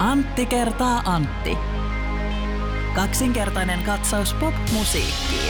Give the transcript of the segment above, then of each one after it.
Antti kertaa Antti. Kaksinkertainen katsaus pop-musiikkiin.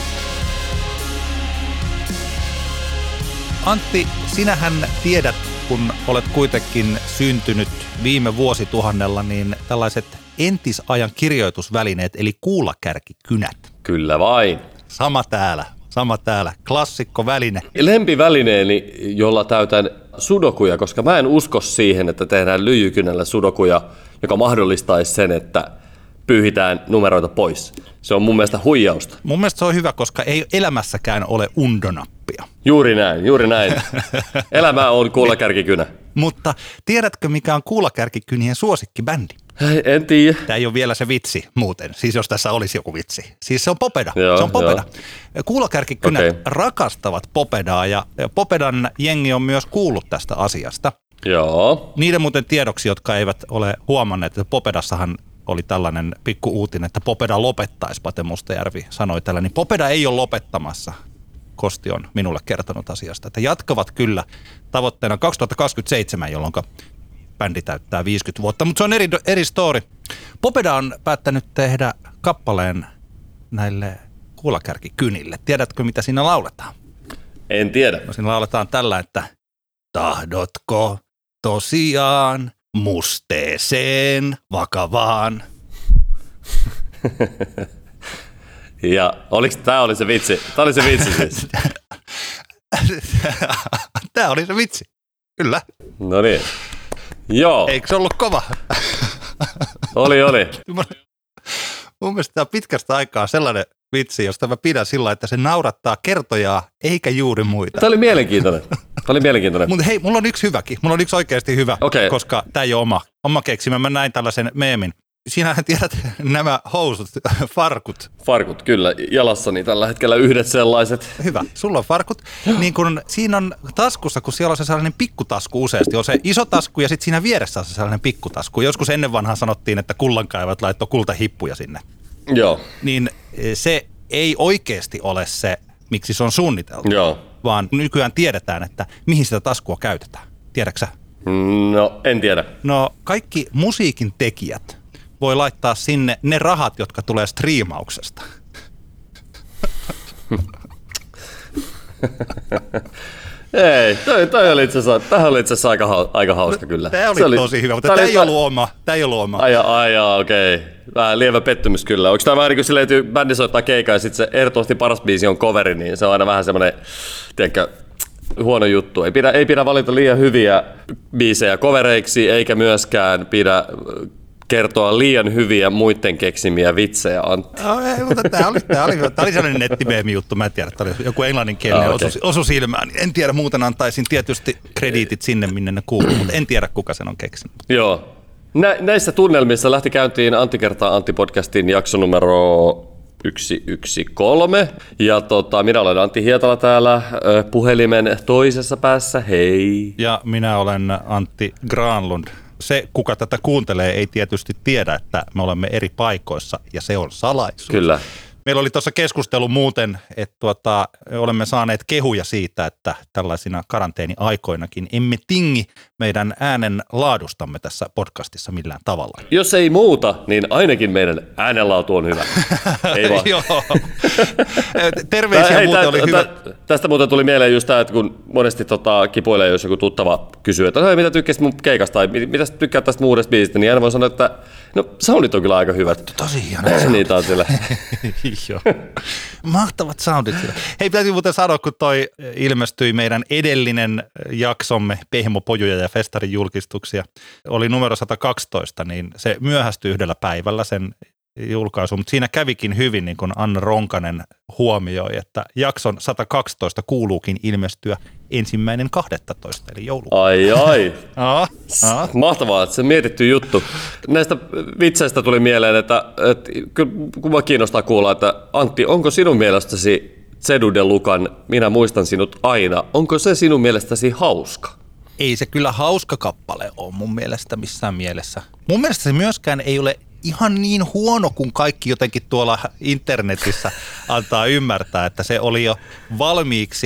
Antti, sinähän tiedät, kun olet kuitenkin syntynyt viime vuosituhannella, niin tällaiset entisajan kirjoitusvälineet, eli kuulakärkikynät. Kyllä vain. Sama täällä. Klassikkoväline. Lempivälineeni, jolla täytän sudokuja, koska mä en usko siihen, että tehdään lyijykynällä sudokuja, joka mahdollistaisi sen, että pyyhitään numeroita pois. Se on mun mielestä huijausta. Mun mielestä se on hyvä, koska ei elämässäkään ole undonappia. Juuri näin. Elämä on kuulakärkikynä. Mutta tiedätkö, mikä on kuulakärkikynien suosikkibändi? En tiedä. Tämä ei ole vielä se vitsi muuten, siis jos tässä olisi joku vitsi. Siis se on Popeda. Joo, se on Popeda. Joo. Kuulakärkikynät rakastavat Popedaa ja Popedan jengi on myös kuullut tästä asiasta. Joo. Niiden muuten tiedoksi, jotka eivät ole huomanneet, että Popedassahan oli tällainen pikku uutinen, että Popeda lopettaisi, Pate Mustajärvi sanoi tällä, niin Popeda ei ole lopettamassa. Kosti on minulle kertonut asiasta, että jatkavat kyllä tavoitteena 2027, jolloin bändi täyttää 50 vuotta, mutta se on eri story. Popeda on päättänyt tehdä kappaleen näille kuulakärkikynille. Tiedätkö, mitä siinä lauletaan? En tiedä. No, siinä lauletaan tällä, että tahdotko tosiaan musteeseen vakavaan? Ja tämä oli se vitsi? Tämä oli se vitsi siis? Tämä oli se vitsi, kyllä. No niin. Joo. Eikö se ollut kova? Oli. Mun mielestä tämä on pitkästä aikaa sellainen vitsi, josta mä pidän sillä, että se naurattaa kertojaa eikä juuri muita. Tämä oli mielenkiintoinen. Mutta hei, mulla on yksi hyväkin. Mulla on yksi oikeasti hyvä, okay. Koska tämä ei ole oma keksimä. Mä näin tällaisen meemin. Sinähän tiedät nämä housut, farkut. Farkut, kyllä. Jalassani tällä hetkellä yhdet sellaiset. Hyvä, sulla on farkut. Niin kun siinä on taskussa, kun siellä on se sellainen pikkutasku useasti, on se iso tasku ja sitten siinä vieressä on se sellainen pikkutasku. Joskus ennen vanhaan sanottiin, että kullankaivat laittoi kultahippuja sinne. Joo. Niin se ei oikeasti ole se, miksi se on suunniteltu. Joo. Vaan nykyään tiedetään, että mihin sitä taskua käytetään. Tiedätkö sä? No, en tiedä. No, kaikki musiikin tekijät voi laittaa sinne ne rahat, jotka tulee striimauksesta. Ei, toi oli itse asiassa aika hauska kyllä. Tämä oli tosi hyvä, mutta tämä ei ollut oma. Ai, okei. Vähän lievä pettymys kyllä. Onko tämä vähän niin kuin silleen, että bändi soittaa keikaa ja sitten se ehdottomasti paras biisi on coveri, niin se on aina vähän semmoinen, tiedätkö, huono juttu. Ei pidä valita liian hyviä biisejä covereiksi, eikä myöskään pidä kertoa liian hyviä muiden keksimiä vitsejä, Antti. No, ei, mutta tämä oli sellainen nettimeemi juttu, mä en tiedä, tämä oli joku englanninkielinen osu silmään. En tiedä, muuten antaisin tietysti krediitit sinne, minne ne kuuluu, mutta en tiedä, kuka sen on keksinyt. Joo. Näissä tunnelmissa lähti käyntiin Antti kertaa Antti-podcastin jakso numero 113. Ja minä olen Antti Hietala täällä puhelimen toisessa päässä, hei. Ja minä olen Antti Granlund. Se, kuka tätä kuuntelee, ei tietysti tiedä, että me olemme eri paikoissa ja se on salaisuus. Kyllä. Meillä oli tuossa keskustelu muuten, että olemme saaneet kehuja siitä, että tällaisina karanteeni-aikoinakin emme tingi meidän äänen laadustamme tässä podcastissa millään tavalla. Jos ei muuta, niin ainakin meidän äänenlaatu on hyvä. Ei vaan. Joo. Terveisiä muuten oli hyvä. Tästä muuten tuli mieleen just tämä, että kun monesti kipuilee, jos joku tuttava kysyy, että hei, mitä tykkäsit mun keikasta tai mitä tykkäät tästä uudesta biisistä, niin aina voi sanoa, että no soundit on kyllä aika hyvät. Tosi hieno. Niitä on siellä. Joo. Mahtavat soundit. Hei, täytyy muuten sanoa, kun toi ilmestyi meidän edellinen jaksomme Pehmopojuja ja festarin julkistuksia, oli numero 112, niin se myöhästyi yhdellä päivällä sen julkaisu, mutta siinä kävikin hyvin, niin kuin Anna Ronkanen huomioi, että jakson 112 kuuluukin ilmestyä 1.12. eli joulukuuta. Ai. Mahtavaa, että se mietitty juttu. Näistä vitseistä tuli mieleen, että kun mä kiinnostaa kuulla, että Antti, onko sinun mielestäsi Zedu de Lucan Minä muistan sinut aina, onko se sinun mielestäsi hauska? Ei se kyllä hauska kappale ole mun mielestä missään mielessä. Mun mielestä se myöskään ei ole ihan niin huono kuin kaikki jotenkin tuolla internetissä antaa ymmärtää, että se oli jo valmiiksi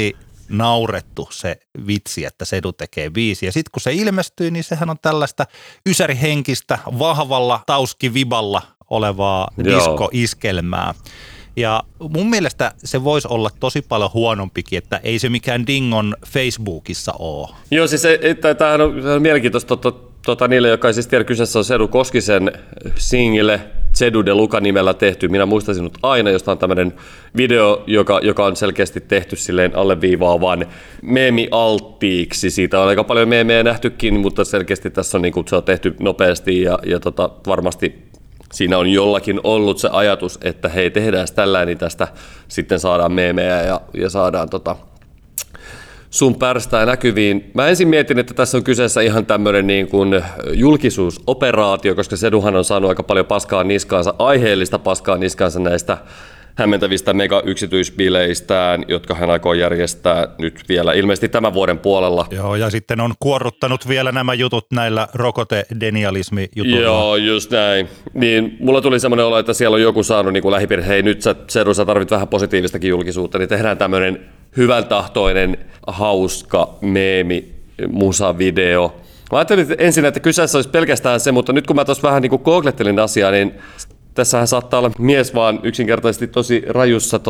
naurettu se vitsi, että Sedu tekee biisi. Ja sitten kun se ilmestyy, niin sehän on tällaista ysärihenkistä, vahvalla tauskiviballa olevaa diskoiskelmää. Ja mun mielestä se voisi olla tosi paljon huonompikin, että ei se mikään Dingon Facebookissa ole. Joo, siis tämähän on mielenkiintoista niille, jotka ei siis tiedä, kyseessä on Sedu Koskisen single Sedu de Luca nimellä tehty. Minä muistan sinut aina, josta on tämmöinen video, joka on selkeästi tehty silleen alleviivaavan meemi-alttiiksi. Siitä on aika paljon meemejä nähtykin, mutta selkeästi tässä on, se on tehty nopeasti ja varmasti siinä on jollakin ollut se ajatus, että hei, tehdään tällä, niin tästä sitten saadaan meemejä ja saadaan sun pärstää näkyviin. Mä ensin mietin, että tässä on kyseessä ihan tämmöinen niin kuin julkisuusoperaatio, koska Seduhan on saanut aika paljon paskaa niskaansa, aiheellista paskaa niskaansa näistä hämmentävistä mega-yksityisbileistään, jotka hän aikoo järjestää nyt vielä ilmeisesti tämän vuoden puolella. Joo, ja sitten on kuorruttanut vielä nämä jutut näillä rokotedenialismi-jutuilla. Joo, just näin. Niin mulla tuli semmoinen olo, että siellä on joku saanut niin lähipiiri, hei nyt Sedu, sä tarvit vähän positiivistakin julkisuutta, niin tehdään tämmöinen hyvän tahtoinen, hauska meemi, musavideo. Mä ajattelin ensin, että kyseessä olisi pelkästään se, mutta nyt kun mä tuossa vähän niin kuin googlettelin asiaa, niin tässähän saattaa olla mies vaan yksinkertaisesti tosi rajussa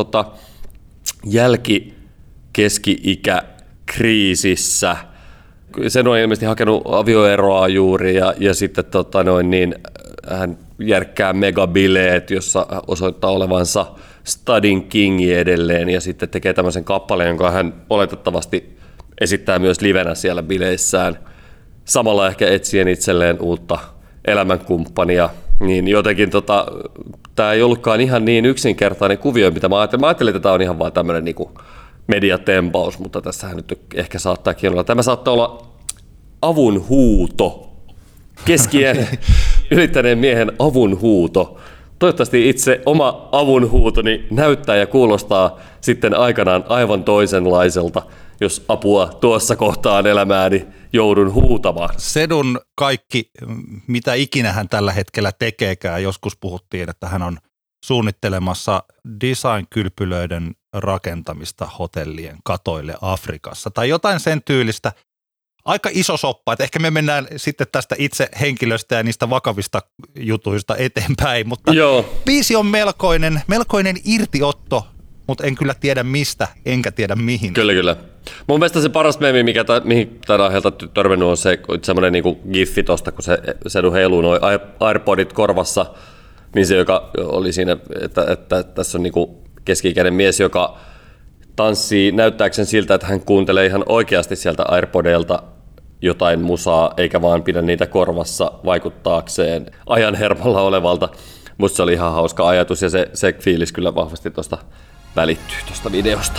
jälki-keski-ikä-kriisissä. Sen on ilmeisesti hakenut avioeroa juuri ja sitten hän järkkää megabileet, jossa osoittaa olevansa Studin Kingi edelleen ja sitten tekee tämmöisen kappaleen, jonka hän oletettavasti esittää myös livenä siellä bileissään. Samalla ehkä etsien itselleen uutta elämänkumppania. Niin jotenkin tämä ei ollutkaan ihan niin yksinkertainen kuvio, mitä mä ajattelin, että tämä on ihan vaan tämmöinen niinku mediatempaus, mutta tässähän nyt ehkä saattaakin olla. Tämä saattaa olla avunhuuto, keskiään ylittäneen miehen avunhuuto. Toivottavasti itse oma avunhuutoni näyttää ja kuulostaa sitten aikanaan aivan toisenlaiselta, jos apua tuossa kohtaan elämääni joudun huutamaan. Sedun kaikki, mitä ikinä hän tällä hetkellä tekeekään, joskus puhuttiin, että hän on suunnittelemassa design-kylpylöiden rakentamista hotellien katoille Afrikassa tai jotain sen tyylistä. Aika iso soppa, että ehkä me mennään sitten tästä itse henkilöstä ja niistä vakavista jutuista eteenpäin, mutta biisi on melkoinen irtiotto, mutta en kyllä tiedä mistä, enkä tiedä mihin. Kyllä. Mun mielestä se paras meemi, mihin tämän aiheelta törmennyt, on semmoinen niinku giffi tosta, kun se Sedu heiluu noi AirPodit korvassa, niin se, joka oli siinä, että tässä on niinku keski-ikäinen mies, joka tanssii näyttääkseen siltä, että hän kuuntelee ihan oikeasti sieltä AirPodeilta jotain musaa, eikä vaan pidä niitä korvassa vaikuttaakseen ajan hermolla olevalta. Musta se oli ihan hauska ajatus ja se fiilis kyllä vahvasti tuosta välittyy tuosta videosta.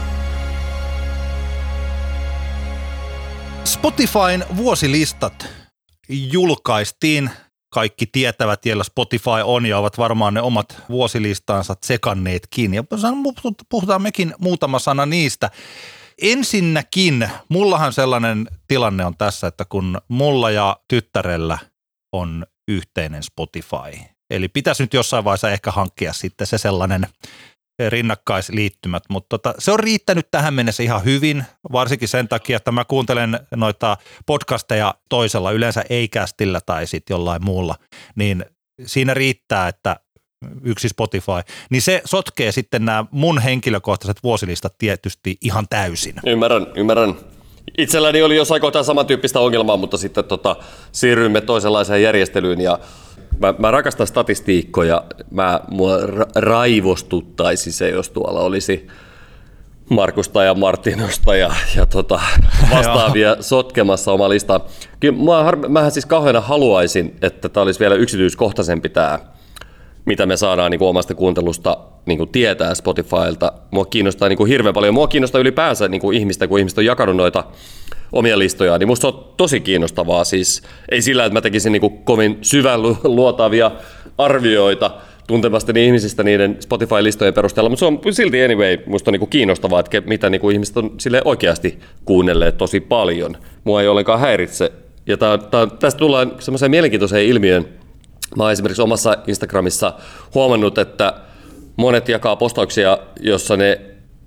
Spotifyn vuosilistat julkaistiin. Kaikki tietävät, joilla Spotify on ja ovat varmaan ne omat vuosilistansa tsekanneetkin. Ja puhutaan mekin muutama sana niistä. Ensinnäkin, mullahan sellainen tilanne on tässä, että kun mulla ja tyttärellä on yhteinen Spotify. Eli pitäisi nyt jossain vaiheessa ehkä hankkia sitten se sellainen rinnakkaisliittymät, mutta se on riittänyt tähän mennessä ihan hyvin, varsinkin sen takia, että mä kuuntelen noita podcasteja toisella, yleensä Acastilla tai sitten jollain muulla, niin siinä riittää, että yksi Spotify, niin se sotkee sitten nämä mun henkilökohtaiset vuosilistat tietysti ihan täysin. Ymmärrän. Itselläni oli jossain kohtaa samantyyppistä ongelmaa, mutta sitten siirryimme toisenlaiseen järjestelyyn ja mä rakastan statistiikkoja. Mua raivostuttaisi se, jos tuolla olisi Markusta ja Martinosta ja vastaavia sotkemassa oma listaa. Mähän siis kauheana haluaisin, että tämä olisi vielä yksityiskohtaisempi tämä, mitä me saadaan niin kuin omasta kuuntelusta niin kuin tietää Spotifylta. Mua kiinnostaa niin kuin hirveän paljon. Mua kiinnostaa ylipäänsä niin kuin ihmistä, kun ihmiset on jakanut noita omia listojaan, niin musta on tosi kiinnostavaa. Siis ei sillä, että mä tekisin niin kuin kovin syvän luotaavia arvioita tuntemastani ihmisistä niiden Spotify-listojen perusteella, mutta se on silti anyway musta on niin kuin kiinnostavaa, että mitä niin kuin ihmiset on silleen oikeasti kuunnelleet tosi paljon. Mua ei ollenkaan häiritse. Ja tästä tullaan semmoiseen mielenkiintoiseen ilmiöön. Mä oon esimerkiksi omassa Instagramissa huomannut, että monet jakaa postauksia, jossa ne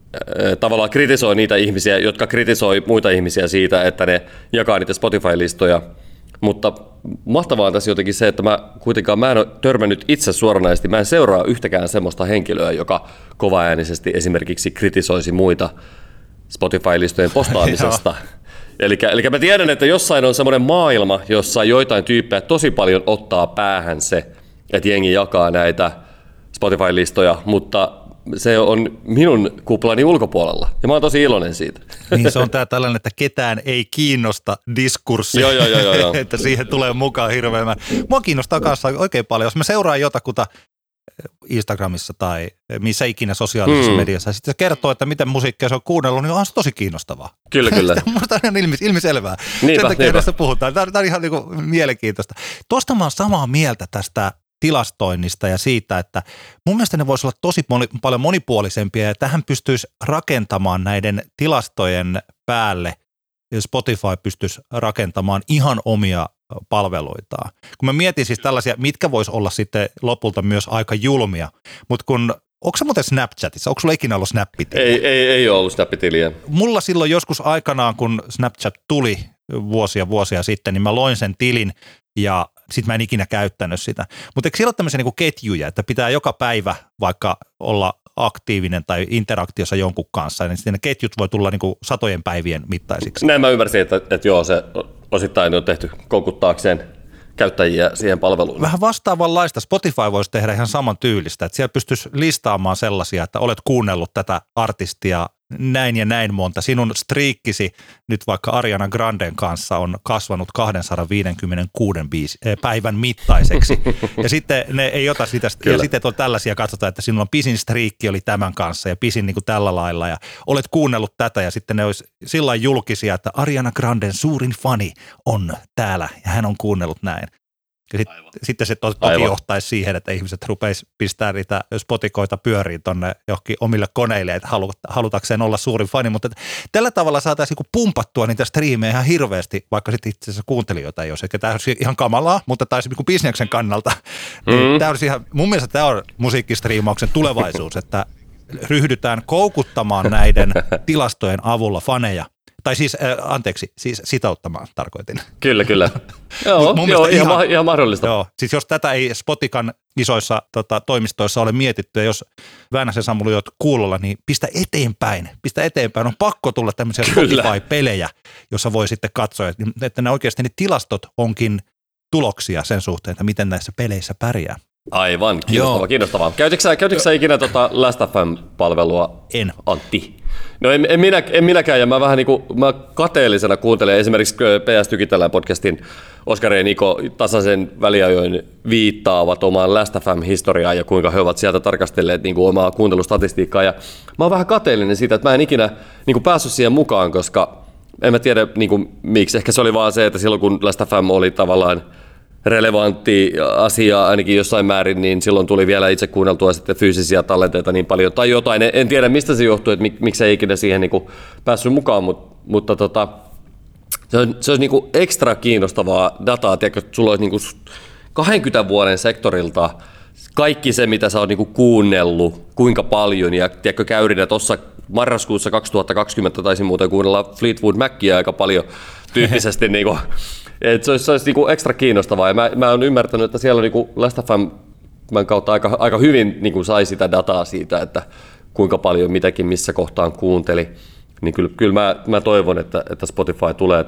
tavallaan kritisoi niitä ihmisiä, jotka kritisoi muita ihmisiä siitä, että ne jakaa niitä Spotify-listoja. Mutta mahtavaa on tässä jotenkin se, että mä en ole törmännyt itse suoranaisesti, mä en seuraa yhtäkään semmoista henkilöä, joka kovaäänisesti esimerkiksi kritisoisi muita Spotify-listojen postaamisesta. Eli mä tiedän, että jossain on semmoinen maailma, jossa joitain tyyppejä tosi paljon ottaa päähän se, että jengi jakaa näitä Spotify-listoja, mutta se on minun kuplani ulkopuolella, ja mä oon tosi iloinen siitä. Niin se on tällainen, että ketään ei kiinnosta diskurssi, joo. että siihen tulee mukaan hirveän. Mua kiinnostaa kanssa oikein paljon, jos mä seuraan jotakuta Instagramissa tai missä ikinä sosiaalisessa mediassa, ja sitten se kertoo, että miten musiikkia se on kuunnellut, niin on se tosi kiinnostavaa. Kyllä. Musta on ihan ilmiselvää. Niinpä, sen takia tästä puhutaan. Tämä on ihan niinku mielenkiintoista. Tuosta mä oon samaa mieltä tästä tilastoinnista ja siitä, että mun mielestä ne voisi olla tosi paljon monipuolisempia ja tähän pystyisi rakentamaan näiden tilastojen päälle. Spotify pystyisi rakentamaan ihan omia palveluitaan. Kun mä mietin siis tällaisia, mitkä vois olla sitten lopulta myös aika julmia, mutta onko se muuten Snapchatissa? Onko sulla ikinä ollut Snap-tiliä? Ei ole ollut Snap-tiliä. Mulla silloin joskus aikanaan, kun Snapchat tuli vuosia sitten, niin mä loin sen tilin ja sitten mä en ikinä käyttänyt sitä. Mutta eikö siellä ole tämmöisiä niinku ketjuja, että pitää joka päivä vaikka olla aktiivinen tai interaktiossa jonkun kanssa, niin sitten ne ketjut voi tulla niinku satojen päivien mittaisiksi. Näin mä ymmärsin, että joo, se osittain on tehty koukuttaakseen käyttäjiä siihen palveluun. Vähän vastaavanlaista. Spotify voisi tehdä ihan saman tyylistä, että siellä pystyisi listaamaan sellaisia, että olet kuunnellut tätä artistia näin ja näin monta. Sinun striikkisi nyt vaikka Ariana Granden kanssa on kasvanut 256 päivän mittaiseksi. Ja sitten ne ei ota sitä. Ja sitten on tällaisia, katsotaan, että sinulla on pisin striikki oli tämän kanssa ja pisin niin kuin tällä lailla. Ja olet kuunnellut tätä ja sitten ne olisi sillä lailla julkisia, että Ariana Granden suurin fani on täällä ja hän on kuunnellut näin. Ja sitten se toki johtaisi siihen, että ihmiset rupeisi pistämään niitä spotikoita pyöriin tuonne johonkin omille koneille, että halutakseen olla suurin fani, mutta tällä tavalla saataisiin pumpattua niitä striimejä ihan hirveästi, vaikka sitten itse asiassa kuuntelijoita ei ole. Tämä olisi ihan kamalaa, mutta taisi bisneksen kannalta. Niin tämä olisi ihan, mun mielestä tämä on musiikkistriimauksen tulevaisuus, että ryhdytään koukuttamaan näiden tilastojen avulla faneja. Tai siis sitouttamaan tarkoitin. Kyllä. Joo, ihan mahdollista. Joo, siis jos tätä ei Spotikan isoissa toimistoissa ole mietitty, ja jos Väänäsen Samuli olet kuulolla, niin pistä eteenpäin. On pakko tulla tämmöisiä Spotify-pelejä, jossa voi sitten katsoa, että ne oikeasti ne tilastot onkin tuloksia sen suhteen, että miten näissä peleissä pärjää. Aivan, kiinnostavaa. Käytitkö sä ikinä Last FM-palvelua, En. Antti? No en minäkään, ja mä vähän niin kuin, mä kateellisena kuuntelen esimerkiksi PS Tykitellään podcastin Oskari ja Niko tasaisen väliajoin viittaavat omaan Last FM-historiaan ja kuinka he ovat sieltä tarkastelleet niin kuin omaa kuuntelustatistiikkaa, ja mä oon vähän kateellinen siitä, että mä en ikinä niin kuin päässyt siihen mukaan, koska en mä tiedä niin kuin, miksi, ehkä se oli vaan se, että silloin kun Last FM oli tavallaan relevantti asia ainakin jossain määrin, niin silloin tuli vielä itse kuunneltua sitten fyysisiä tallenteita niin paljon tai jotain. En tiedä mistä se johtuu, että miksi ei ikinä siihen niin kuin päässyt mukaan, mutta se olisi niin kuin ekstra kiinnostavaa dataa, tiedätkö, että sulla olisi niin kuin 20 vuoden sektorilta kaikki se, mitä sä oot niin kuin kuunnellut, kuinka paljon, ja tiedätkö, käyrinä tuossa marraskuussa 2020 taisin muuten kuunnella Fleetwood Macia aika paljon tyyppisesti niin kuin, että se olisi niinku ekstra kiinnostavaa, ja mä oon ymmärtänyt, että siellä niinku Last FM kautta aika hyvin niinku sai sitä dataa siitä, että kuinka paljon mitäkin missä kohtaan kuunteli, niin kyllä mä toivon, että Spotify tulee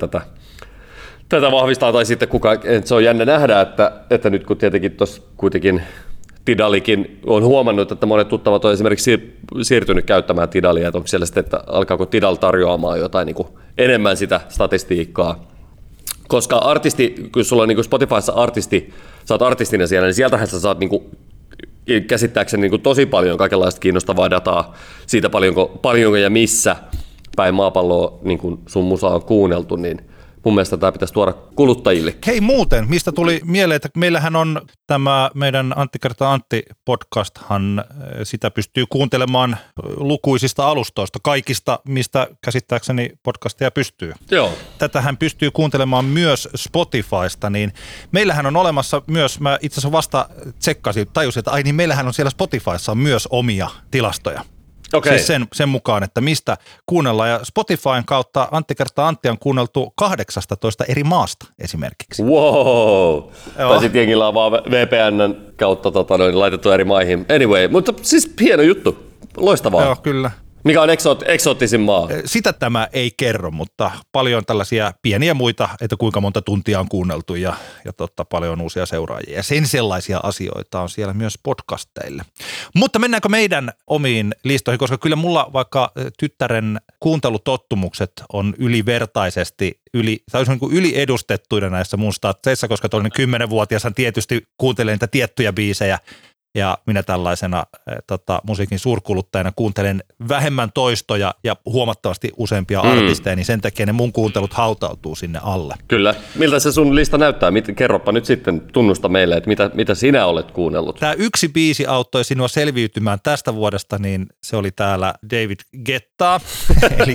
tätä vahvistaa, tai sitten se on jännä nähdä, että nyt kun tietenkin tuossa kuitenkin Tidalikin on huomannut, että monet tuttavat on esimerkiksi siirtynyt käyttämään Tidalia, että onko siellä sitten, että alkaako Tidal tarjoamaan jotain niinku enemmän sitä statistiikkaa. Koska artisti, kun sulla on niin Spotifyssa artisti, sä oot artistina siellä, niin sieltähän sä saat niin kuin, käsittääkseni niin kuin tosi paljon kaikenlaista kiinnostavaa dataa siitä paljonko ja missä päin maapalloa niin kuin sun musa on kuunneltu, niin mun mielestä tämä pitäisi tuoda kuluttajille. Hei muuten, mistä tuli mieleen, että meillähän on tämä meidän Antti kertaa Antti podcasthan, sitä pystyy kuuntelemaan lukuisista alustoista, kaikista, mistä käsittääkseni podcastia pystyy. Joo. Tätähän pystyy kuuntelemaan myös Spotifysta, niin meillähän on olemassa myös, mä itse asiassa vasta tsekkasin, tajusin, että niin meillähän on siellä Spotifyssa myös omia tilastoja. Okei. Siis sen mukaan, että mistä kuunnellaan. Ja Spotifyn kautta Antti kertaa Antti on kuunneltu 18 eri maasta esimerkiksi. Wow! Tai sitten jengillä on vaan VPN:n kautta laitettu eri maihin. Anyway, mutta siis hieno juttu. Loistavaa. Joo, kyllä. Mikä on eksoottisin maa? Sitä tämä ei kerro, mutta paljon tällaisia pieniä muita, että kuinka monta tuntia on kuunneltu ja paljon uusia seuraajia. Ja sen sellaisia asioita on siellä myös podcasteille. Mutta mennäänkö meidän omiin listoihin, koska kyllä mulla vaikka tyttären kuuntelutottumukset on ylivertaisesti yliedustettuina näissä mun statseissa, koska toinen 10-vuotias tietysti kuuntelee niitä tiettyjä biisejä. Ja minä tällaisena musiikin suurkuluttajana kuuntelen vähemmän toistoja ja huomattavasti useampia artisteja, niin sen takia ne mun kuuntelut hautautuu sinne alle. Kyllä. Miltä se sun lista näyttää? Kerropa nyt sitten, tunnusta meille, että mitä sinä olet kuunnellut. Tämä yksi biisi auttoi sinua selviytymään tästä vuodesta, niin se oli täällä David Guettaa, eli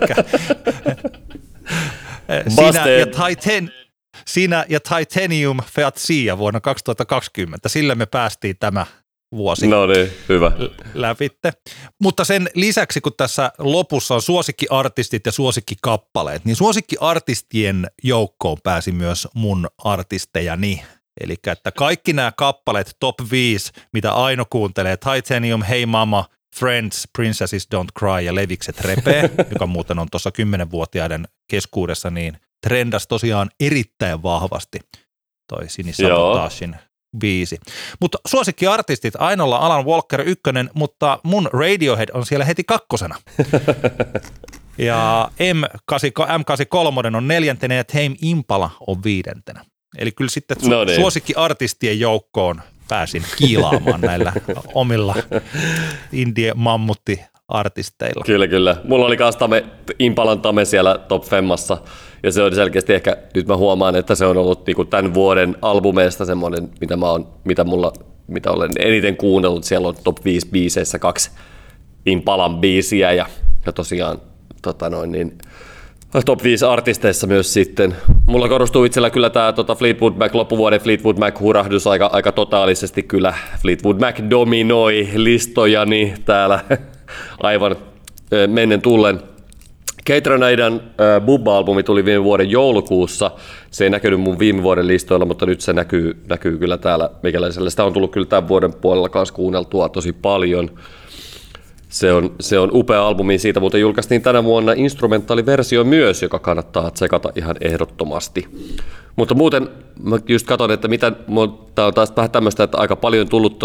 Sinä ja Titanium Featsia vuonna 2020. Sillä me päästiin tämä vuosi hyvä. läpitte. Mutta sen lisäksi, kun tässä lopussa on suosikkiartistit ja suosikkikappaleet, niin suosikkiartistien joukkoon pääsi myös mun artistejani. Eli että kaikki nämä kappaleet, top 5, mitä Aino kuuntelee, Titanium, Hey Mama, Friends, Princesses Don't Cry ja Levikset repee, joka muuten on tuossa 10-vuotiaiden keskuudessa, niin trendas tosiaan erittäin vahvasti toi Sinisabotagen biisi. Mutta suosikkiartistit, Ainolla Alan Walker 1, mutta mun Radiohead on siellä heti 2. Ja M83 on 4. ja Tame Impala on 5. Eli kyllä sitten suosikkiartistien joukkoon pääsin kiilaamaan näillä omilla indie-mammutti-artisteilla. Kyllä. Mulla oli myös Impalan Tame siellä top 5:ssa. Ja se on selkeästi ehkä, nyt mä huomaan, että se on ollut niinku tämän vuoden albumeista semmoinen, mitä olen eniten kuunnellut. Siellä on top 5 biiseissä 2 Impalan biisiä ja tosiaan top 5 artisteissa myös sitten. Mulla korostuu itsellä kyllä tämä Fleetwood Mac, loppuvuoden Fleetwood Mac hurahdus aika totaalisesti kyllä. Fleetwood Mac dominoi listojani täällä aivan mennen tullen. Keitranaidan Bubba-albumi tuli viime vuoden joulukuussa. Se ei näkynyt mun viime vuoden listoilla, mutta nyt se näkyy kyllä täällä meikäläisellä. Sitä on tullut kyllä tämän vuoden puolella kanssa kuunneltua tosi paljon. Se on upea albumi. Siitä muuten julkaistiin tänä vuonna instrumentaaliversio myös, joka kannattaa tsekata ihan ehdottomasti. Mutta muuten mä just katson, että tää on taas vähän tämmöistä, että aika paljon tullut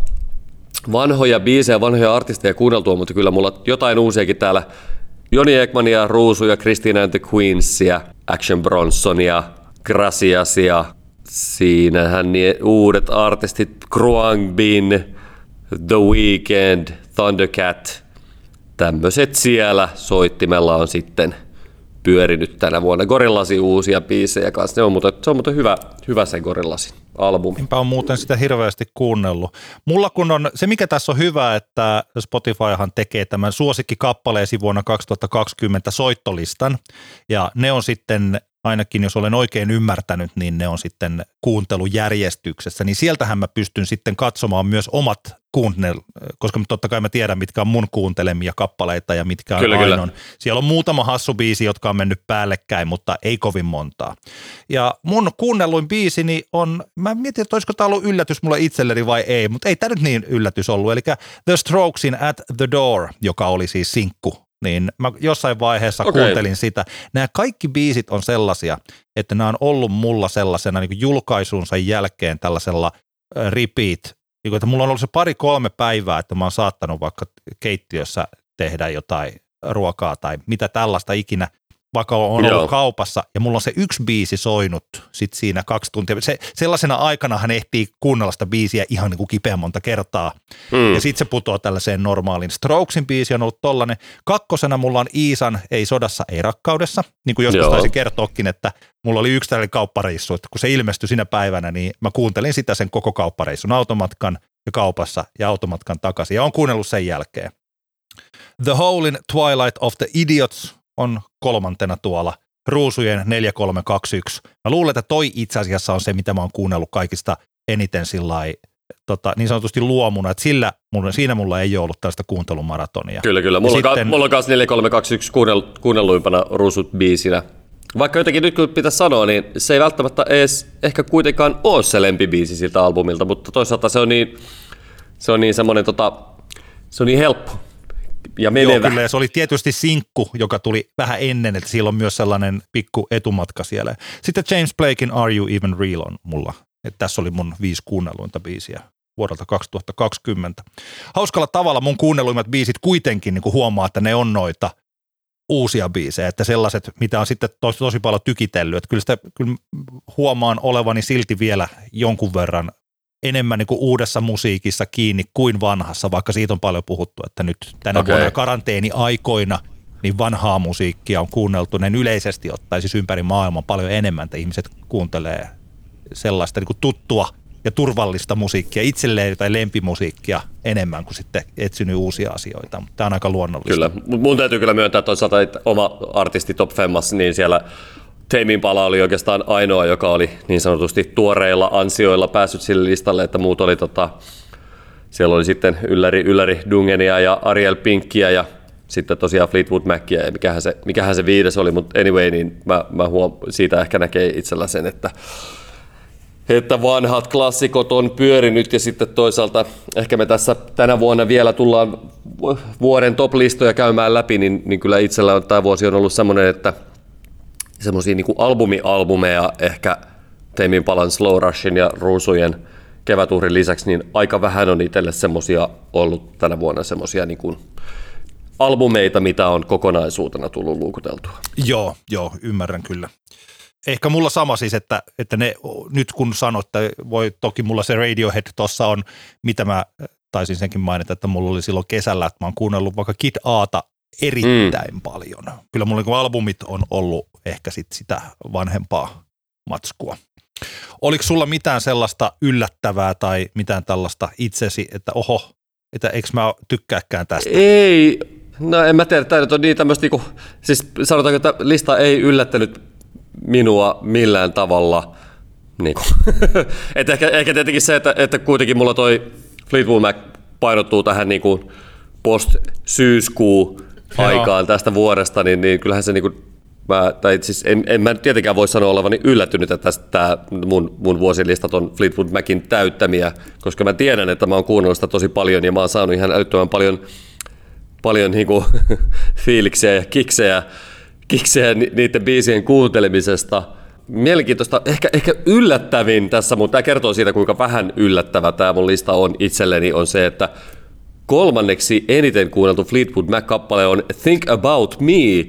vanhoja biisejä, vanhoja artisteja kuunneltua, mutta kyllä mulla jotain uusiakin täällä. Joni Ekmania, Ruusuja, Christina and the Queensia, Action Bronsonia, Graciasia. Siinähän ne uudet artistit, Khruangbin, The Weeknd, Thundercat. Tämmöiset siellä soittimella on sitten pyörinyt tänä vuonna. Gorillasi uusia biisejä kanssa. Se on muuten hyvä se Gorillasin albumi. Enpä on muuten sitä hirveästi kuunnellut. Mulla kun on, se mikä tässä on hyvä, että Spotifyhan tekee tämän suosikkikappaleesi vuonna 2020 soittolistan, ja ne on sitten, ainakin jos olen oikein ymmärtänyt, niin ne on sitten kuuntelujärjestyksessä, niin sieltähän mä pystyn sitten katsomaan myös omat koska totta kai mä tiedän, mitkä on mun kuuntelemia kappaleita ja mitkä on Ainon. Siellä on muutama hassu biisi, jotka on mennyt päällekkäin, mutta ei kovin montaa. Ja mun kuunnelluin biisini on, mä mietin, että olisiko tämä ollut yllätys mulle itselleni vai ei, mutta ei tämä nyt niin yllätys ollut. Eli The Strokesin At the Door, joka oli siis sinkku, niin mä jossain vaiheessa kuuntelin sitä. Nämä kaikki biisit on sellaisia, että nämä on ollut mulla sellaisena niin kuin julkaisunsa jälkeen tällaisella repeat, että mulla on ollut se 2-3 päivää, että mä oon saattanut vaikka keittiössä tehdä jotain ruokaa tai mitä tällaista ikinä, vaikka on ollut kaupassa, ja mulla on se yksi biisi soinut sit siinä 2 tuntia. Sellaisena aikana hän ehtii kuunnella sitä biisiä ihan niin kuin kipeän monta kertaa, ja sitten se putoo tällaiseen normaaliin. Strokesin biisi on ollut tollainen. 2. mulla on Iisan Ei sodassa, ei rakkaudessa, niin kuin joskus taisi kertoakin, että mulla oli yksi tällainen kauppareissu, että kun se ilmestyi sinä päivänä, niin mä kuuntelin sitä sen koko kauppareissun, automatkan ja kaupassa ja automatkan takaisin, ja on kuunnellut sen jälkeen. The Hole in Twilight of the Idiots on 3. tuolla, Ruusujen 4321. Mä luulen, että toi itse asiassa on se, mitä mä oon kuunnellut kaikista eniten sillai niin sanotusti luomuna, että siinä mulla ei ole ollut tällaista kuuntelumaratonia. Kyllä. Mulla on myös 4321 kuunnelluimpana Ruusut biisinä. Vaikka jotenkin nyt kun pitäisi sanoa, niin se ei välttämättä edes ehkä kuitenkaan ole se lempibiisi siltä albumilta, mutta toisaalta se on niin semmoinen, se on niin helppo ja menevä. Joo, kyllä, ja se oli tietysti sinkku, joka tuli vähän ennen, että siellä on myös sellainen pikku etumatka siellä. Sitten James Blakein Are You Even Real on mulla. Että tässä oli mun 5 kuunnelluinta biisiä vuodelta 2020. Hauskalla tavalla mun kuunnelluimmat biisit kuitenkin niin kuin huomaa, että ne on noita uusia biisejä, että sellaiset, mitä on sitten tosi paljon tykitellyt. Että kyllä huomaan olevani silti vielä jonkun verran enemmän niin kuin uudessa musiikissa kiinni kuin vanhassa, vaikka siitä on paljon puhuttu, että nyt tänä vuonna karanteeni-aikoina niin vanhaa musiikkia on kuunneltu, ne yleisesti ottaen siis ympäri maailman paljon enemmän, että ihmiset kuuntelee sellaista niin kuin tuttua ja turvallista musiikkia itselleen tai lempimusiikkia enemmän kuin sitten etsinyt uusia asioita, mutta tämä on aika luonnollista. Kyllä, mun täytyy kyllä myöntää toisaalta, että oma artisti Top Femmas, niin siellä Tame Impala oli oikeastaan ainoa, joka oli niin sanotusti tuoreilla ansioilla päässyt sille listalle, että muut oli siellä oli sitten Ylläri Dungenia ja Ariel Pinkkiä ja sitten tosiaan Fleetwood Macia ja mikähän se 5 oli, mutta anyway, niin mä siitä ehkä näkee itsellä sen, että vanhat klassikot on pyörinyt ja sitten toisaalta ehkä me tässä tänä vuonna vielä tullaan vuoden top-listoja käymään läpi, niin kyllä itsellä on tämä vuosi on ollut semmoinen, että semmoisia niin kuin albumeja ehkä Tame Impalan Slow Rushin ja Ruusujen kevätuhrin lisäksi, niin aika vähän on itselle semmoisia ollut tänä vuonna semmoisia niin kuin albumeita, mitä on kokonaisuutena tullut luukuteltua. Joo, ymmärrän kyllä. Ehkä mulla sama siis, että ne, nyt kun sanot, että voi toki mulla se Radiohead tuossa on, mitä mä taisin senkin mainita, että mulla oli silloin kesällä, että mä oon kuunnellut vaikka Kid Aata erittäin paljon. Kyllä mulla niin albumit on ollut ehkä sitä vanhempaa matskua. Oliko sulla mitään sellaista yllättävää tai mitään tällaista itsesi, että oho, että eikö mä tykkääkään tästä? Ei, no en mä tiedä, tämä on niin tämmöistä, siis sanotaanko, että lista ei yllättänyt minua millään tavalla. Niin että ehkä tietenkin se, että kuitenkin mulla toi Fleetwood Mac painottuu tähän niin kuin post-syyskuu aikaan tästä vuodesta, niin kyllähän se niin kuin, siis en mä tietenkään voi sanoa olevani yllättynyt, että tämä mun vuosilistat on Fleetwood Macin täyttämiä, koska mä tiedän, että mä oon kuunnellut sitä tosi paljon ja mä oon saanut ihan älyttömän paljon niin kuin fiiliksiä ja kiksejä niiden biisien kuuntelemisesta. Mielenkiintoista, ehkä yllättävin tässä, mutta tämä kertoo siitä, kuinka vähän yllättävä tämä mun lista on itselleni, on se, että 3. eniten kuunneltu Fleetwood Mac-kappale on Think About Me,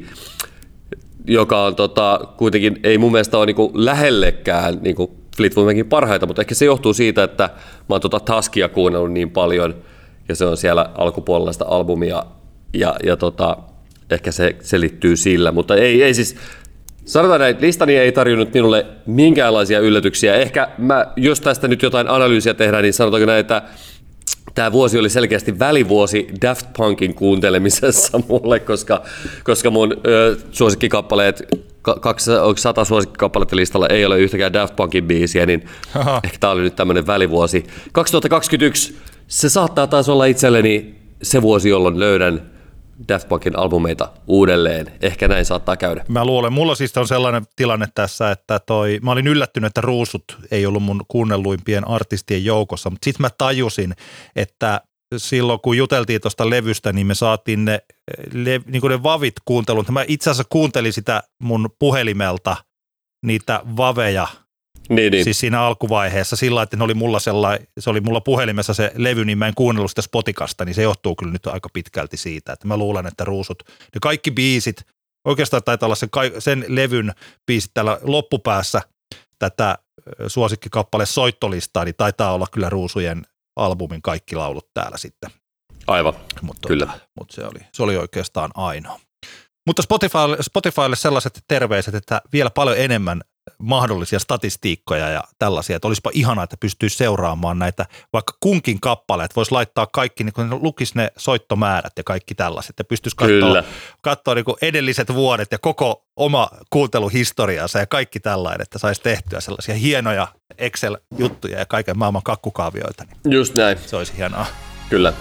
joka on kuitenkin ei mun mielestä ole niinku lähellekään niinku Fleetwood Macin parhaita, mutta ehkä se johtuu siitä, että mä oon Taskia kuunnellut niin paljon ja se on siellä alkupuolella sitä albumia ja ehkä se selittyy sillä, mutta ei siis sanotaan näin, listani ei tarjonnut minulle minkäänlaisia yllätyksiä. Ehkä jos tästä nyt jotain analyysiä tehdään, niin sanotaanko näin, että tämä vuosi oli selkeästi välivuosi Daft Punkin kuuntelemisessa mulle, koska mun suosikkikappaleet, 100 suosikkikappaletta listalla ei ole yhtäkään Daft Punkin biisiä, niin ehkä tämä oli nyt tämmöinen välivuosi. 2021, se saattaa taas olla itselleni se vuosi, jolloin löydän Daft Punkin albumeita uudelleen. Ehkä näin saattaa käydä. Mä luulen, mulla siis on sellainen tilanne tässä, että mä olin yllättynyt, että Ruusut ei ollut mun kuunnelluimpien artistien joukossa, mutta sitten mä tajusin, että silloin kun juteltiin tuosta levystä, niin me saatiin ne vavit kuunteluun. Mä itse asiassa kuuntelin sitä mun puhelimelta, niitä vaveja, niin. Siis siinä alkuvaiheessa sillä, että ne oli mulla se oli mulla puhelimessa se levy, niin mä en kuunnellut sitä Spotikasta, niin se johtuu kyllä nyt aika pitkälti siitä, että mä luulen, että Ruusut, ne kaikki biisit, oikeastaan taitaa olla sen levyn biisit täällä loppupäässä tätä suosikkikappale soittolistaa, niin taitaa olla kyllä Ruusujen albumin kaikki laulut täällä sitten. Aivan, kyllä. Mutta se oli oikeastaan ainoa. Mutta Spotifylle sellaiset terveiset, että vielä paljon enemmän mahdollisia statistiikkoja ja tällaisia, että olisipa ihanaa, että pystyisi seuraamaan näitä katsoa kunkin kappaleet, voisi laittaa kaikki, niin kun lukisi ne soittomäärät ja kaikki tällaiset, ja pystyisi katsoa niin edelliset vuodet ja koko oma kuunteluhistoriansa ja kaikki tällainen, että saisi tehtyä sellaisia hienoja Excel-juttuja ja kaiken maailman kakkukaavioita. Niin just näin. Se olisi hienoa. Kyllä.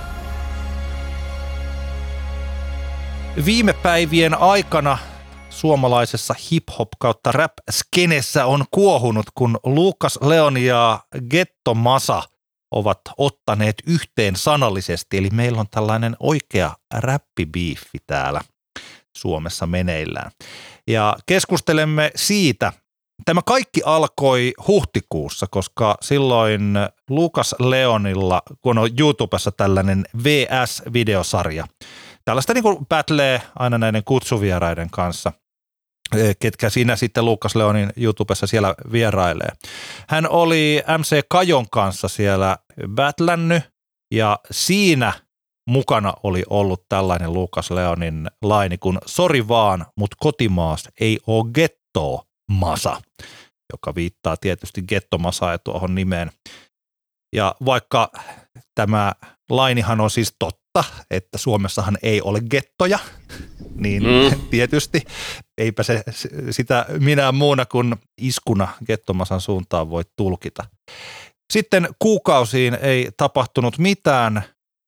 Viime päivien aikana suomalaisessa hip-hop kautta rap-skenessä on kuohunut, kun Lucas Leon ja Getto Masa ovat ottaneet yhteen sanallisesti. Eli meillä on tällainen oikea räppibiiffi täällä Suomessa meneillään. Ja keskustelemme siitä. Tämä kaikki alkoi huhtikuussa, koska silloin Lucas Leonilla, kun on YouTubessa tällainen VS-videosarja, tällaista niin kuin battlee aina näiden kutsuvieraiden kanssa, ketkä siinä sitten Lucas Leonin YouTubessa siellä vierailee. Hän oli MC Kajon kanssa siellä battlännyt ja siinä mukana oli ollut tällainen Lucas Leonin laini kuin "Sori vaan, mut kotimaas ei oo gettoa masa", joka viittaa tietysti Getto Masaa tuohon nimeen. Ja vaikka tämä lainihan on siis totta, että Suomessahan ei ole gettoja, niin tietysti eipä se sitä minä muuna kuin iskuna Getto Masan suuntaan voi tulkita. Sitten kuukausiin ei tapahtunut mitään,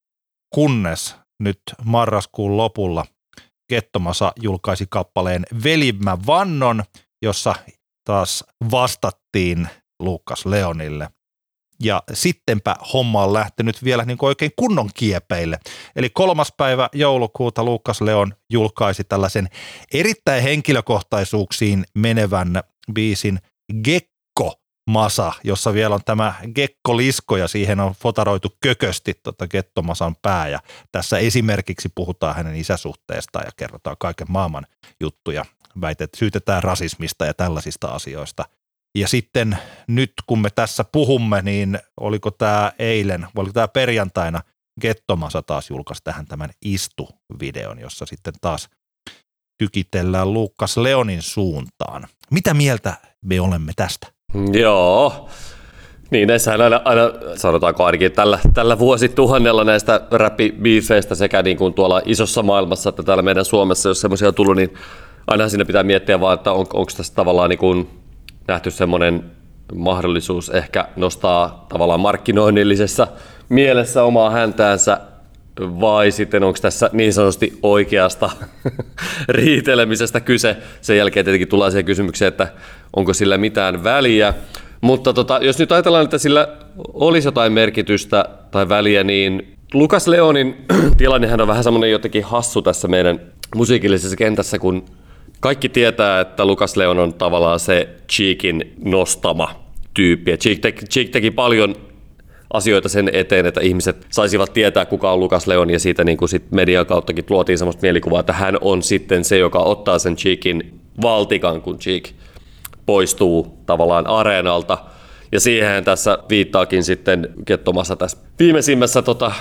kunnes nyt marraskuun lopulla Getto Masa julkaisi kappaleen "Velimmä vannon", jossa taas vastattiin Lucas Leonille. Ja sittenpä homma on lähtenyt vielä niin kuin oikein kunnon kiepeille. Eli 3. päivä joulukuuta Lucas Leon julkaisi tällaisen erittäin henkilökohtaisuuksiin menevän biisin "Gekko Masa", jossa vielä on tämä Gekko-lisko ja siihen on fotaroitu kökösti Getto Masan pää. Ja tässä esimerkiksi puhutaan hänen isäsuhteestaan ja kerrotaan kaiken maailman juttuja. Syytetään rasismista ja tällaisista asioista. Ja sitten nyt kun me tässä puhumme, niin oliko tämä eilen, oliko tämä perjantaina, Getto Masa taas julkaisi tähän tämän Istu-videon, jossa sitten taas tykitellään Lucas Leonin suuntaan. Mitä mieltä me olemme tästä? Joo, niin näissähän aina sanotaanko ainakin tällä vuosituhannella näistä räppibiifeistä sekä niin kuin tuolla isossa maailmassa että täällä meidän Suomessa, jos semmoisia on tullut, niin aina siinä pitää miettiä vaan, että onko tässä tavallaan niin kuin nähty semmoinen mahdollisuus ehkä nostaa tavallaan markkinoinnillisessa mielessä omaa häntäänsä, vai sitten onko tässä niin sanotusti oikeasta riitelemisestä kyse. Sen jälkeen tietenkin tulee siihen kysymykseen, että onko sillä mitään väliä. Mutta jos nyt ajatellaan, että sillä olisi jotain merkitystä tai väliä, niin Lucas Leonin tilannehän on vähän semmoinen jotenkin hassu tässä meidän musiikillisessa kentässä, kun kaikki tietää, että Lucas Leon on tavallaan se Cheekin nostama tyyppi. Cheek teki paljon asioita sen eteen, että ihmiset saisivat tietää, kuka on Lucas Leon, ja siitä niin kuin sit median kauttakin luotiin semmoista mielikuvaa, että hän on sitten se, joka ottaa sen Cheekin valtikan, kun Cheek poistuu tavallaan areenalta. Ja siihen tässä viittaakin sitten Getto Masa tässä viimeisimmässä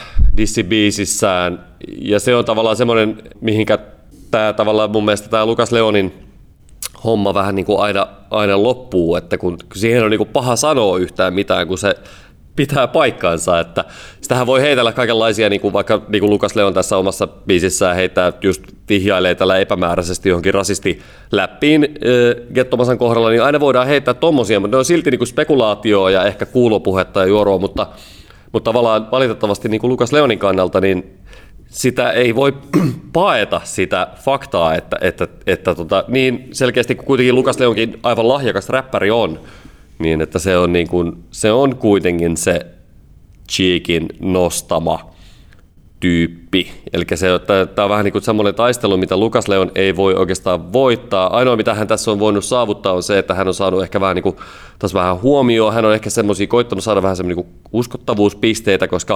dissibiisissään. Ja se on tavallaan semmoinen, mihinkä tämä tavallaan mun mielestä tämä Lucas Leonin homma vähän niin kuin aina loppuu, että kun siihen on niin kuin paha sanoa yhtään mitään, kun se pitää paikkaansa, että sitähän voi heitellä kaikenlaisia, niin kuin vaikka niin kuin Lucas Leon tässä omassa biisissään heittää, just vihjailee tällä epämääräisesti johonkin rasistiläppiin Getto Masan kohdalla, niin aina voidaan heittää tommosia, mutta ne on silti niin kuin spekulaatioa ja ehkä kuulopuhetta ja juoroa, mutta tavallaan valitettavasti niin kuin Lucas Leonin kannalta, niin sitä ei voi paeta sitä faktaa, että niin selkeästi kun kuitenkin Lucas Leonkin aivan lahjakas räppäri on, niin että se on kuitenkin se Cheekin nostama tyyppi. Eli tämä on vähän niin kuin semmoinen taistelu, mitä Lucas Leon ei voi oikeastaan voittaa. Ainoa, mitä hän tässä on voinut saavuttaa, on se, että hän on saanut ehkä vähän, niin kuin, taas vähän huomioon. Hän on ehkä koittanut saada vähän semmoinen niin uskottavuuspisteitä, koska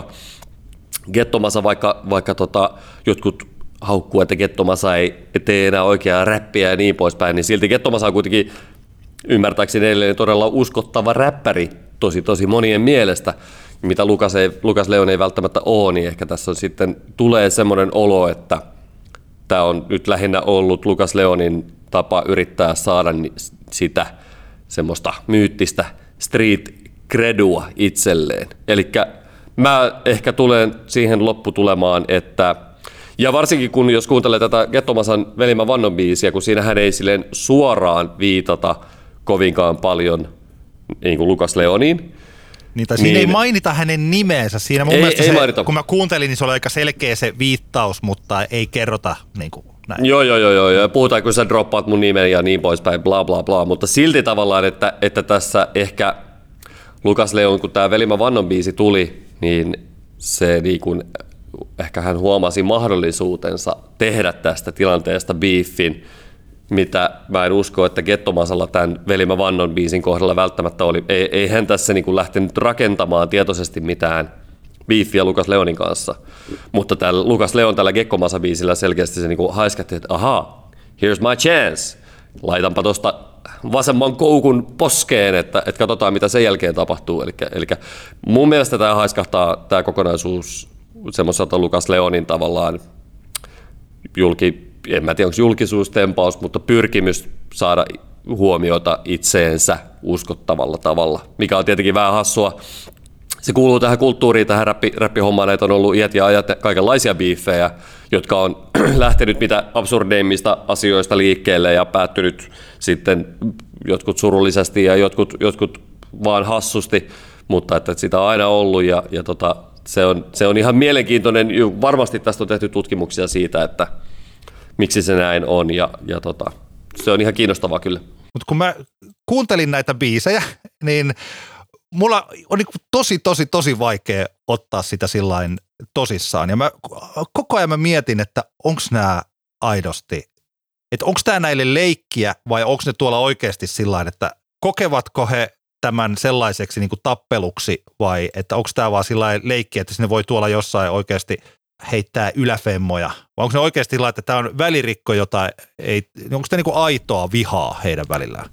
Getto Masa, vaikka jotkut haukkuu, että Getto Masa ei tee enää oikeaa räppiä ja niin poispäin, niin silti Getto Masa on kuitenkin ymmärtääkseni edelleen todella uskottava räppäri tosi monien mielestä, mitä Lucas Leon ei välttämättä ole, niin ehkä tässä on sitten tulee semmoinen olo, että tämä on nyt lähinnä ollut Lucas Leonin tapa yrittää saada sitä semmoista myyttistä street credua itselleen. Elikkä mä ehkä tulen siihen lopputulemaan, että Ja varsinkin kun jos kuuntelee tätä Gettomasan Velimä Vannon biisiä, kun siinähän ei silleen suoraan viitata kovinkaan paljon niin kuin Lucas Leoniin. Niin, tai siinä ei mainita hänen nimeensä. Siinä mun mielestä ei kun mä kuuntelin, niin se oli aika selkeä se viittaus, mutta ei kerrota niin kuin näin. Joo. Ja puhutaan, kun sä droppaat mun nimen ja niin poispäin, bla bla bla. Mutta silti tavallaan, että tässä ehkä Lucas Leon, kun tämä Velimä Vannon biisi tuli, niin se niin kuin, ehkä hän huomasi mahdollisuutensa tehdä tästä tilanteesta beefin, mitä mä en usko, että Gettomasalla tämän Velimä Vannon biisin kohdalla välttämättä oli. Ei hän tässä niin kuin lähtenyt rakentamaan tietoisesti mitään beefiä Lucas Leonin kanssa, mutta tällä Lucas Leon tällä Gettomasa-biisillä selkeästi se niin kuin haiskatti, että ahaa, here's my chance, laitanpa tuosta vasemman koukun poskeen, että katsotaan mitä sen jälkeen tapahtuu. Eli mun mielestä tämä haiskahtaa tämä kokonaisuus semmoiselta Lucas Leonin tavallaan en mä tiedä onko julkisuustempaus, mutta pyrkimys saada huomiota itseensä uskottavalla tavalla, mikä on tietenkin vähän hassua. Se kuuluu tähän kulttuuriin, tähän räppihommaan, että on ollut iät ja ajat kaikenlaisia biifejä, jotka on lähtenyt mitä absurdeimmista asioista liikkeelle ja päättynyt sitten jotkut surullisesti ja jotkut vaan hassusti, mutta että sitä on aina ollut ja se on ihan mielenkiintoinen. Varmasti tästä on tehty tutkimuksia siitä, että miksi se näin on ja se on ihan kiinnostavaa kyllä. Mutta kun mä kuuntelin näitä biisejä, niin mulla on niin tosi vaikea ottaa sitä sillain tosissaan. Ja koko ajan mä mietin, että onko nämä aidosti, että onko tämä näille leikkiä vai onko ne tuolla oikeasti sillain, että kokevatko he tämän sellaiseksi niin kuin tappeluksi vai että onko tämä vaan sillain leikkiä, että sinne voi tuolla jossain oikeasti heittää yläfemmoja? Vai onko ne oikeasti sillä, että tämä on välirikko, jota ei, onko tämä niin kuin aitoa vihaa heidän välillään?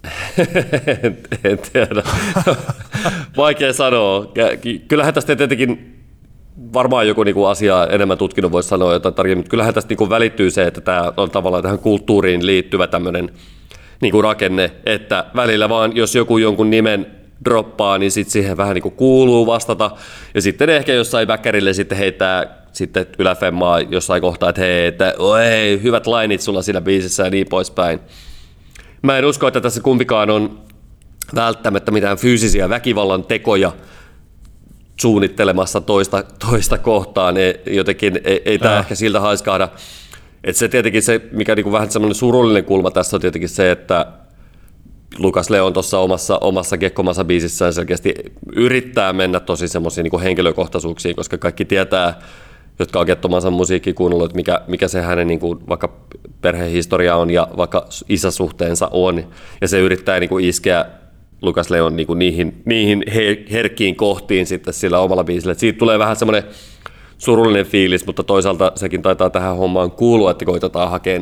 En tiedä. Vaikea sanoa. Kyllähän tästä tietenkin varmaan joku niinku asia enemmän tutkinut voisi sanoa jotain tarkemmin, mutta kyllähän tästä niinku välittyy se, että tämä on tavallaan tähän kulttuuriin liittyvä tämmöinen niinku rakenne, että välillä vaan jos joku jonkun nimen droppaa, niin sitten siihen vähän niinku kuuluu vastata ja sitten ehkä jossain väkkärille sitten heittää sitten yläfemmaa jossain kohtaa, että hei, hyvät lainit sulla siinä biisissä ja niin poispäin. Mä en usko, että tässä kumpikaan on välttämättä mitään fyysisiä väkivallan tekoja suunnittelemassa toista kohtaan. Jotenkin ei tämä ehkä siltä haiskahda. Että se tietenkin se, mikä niinku vähän semmoinen surullinen kulma tässä on tietenkin se, että Lucas Leon tuossa omassa Gettomasa biisissään selkeästi yrittää mennä tosi semmoisiin niinku henkilökohtaisuuksiin, koska kaikki tietää, jotka on Gettomasan musiikkia kuunnellut, että mikä se hänen niinku vaikka perhehistoria on ja vaikka isäsuhteensa on. Ja se yrittää niinku iskeä Lucas Leon niinku niihin herkkiin kohtiin sitten sillä omalla biisillä. Et siitä tulee vähän semmoinen surullinen fiilis, mutta toisaalta sekin taitaa tähän hommaan kuulua, että koitetaan hakea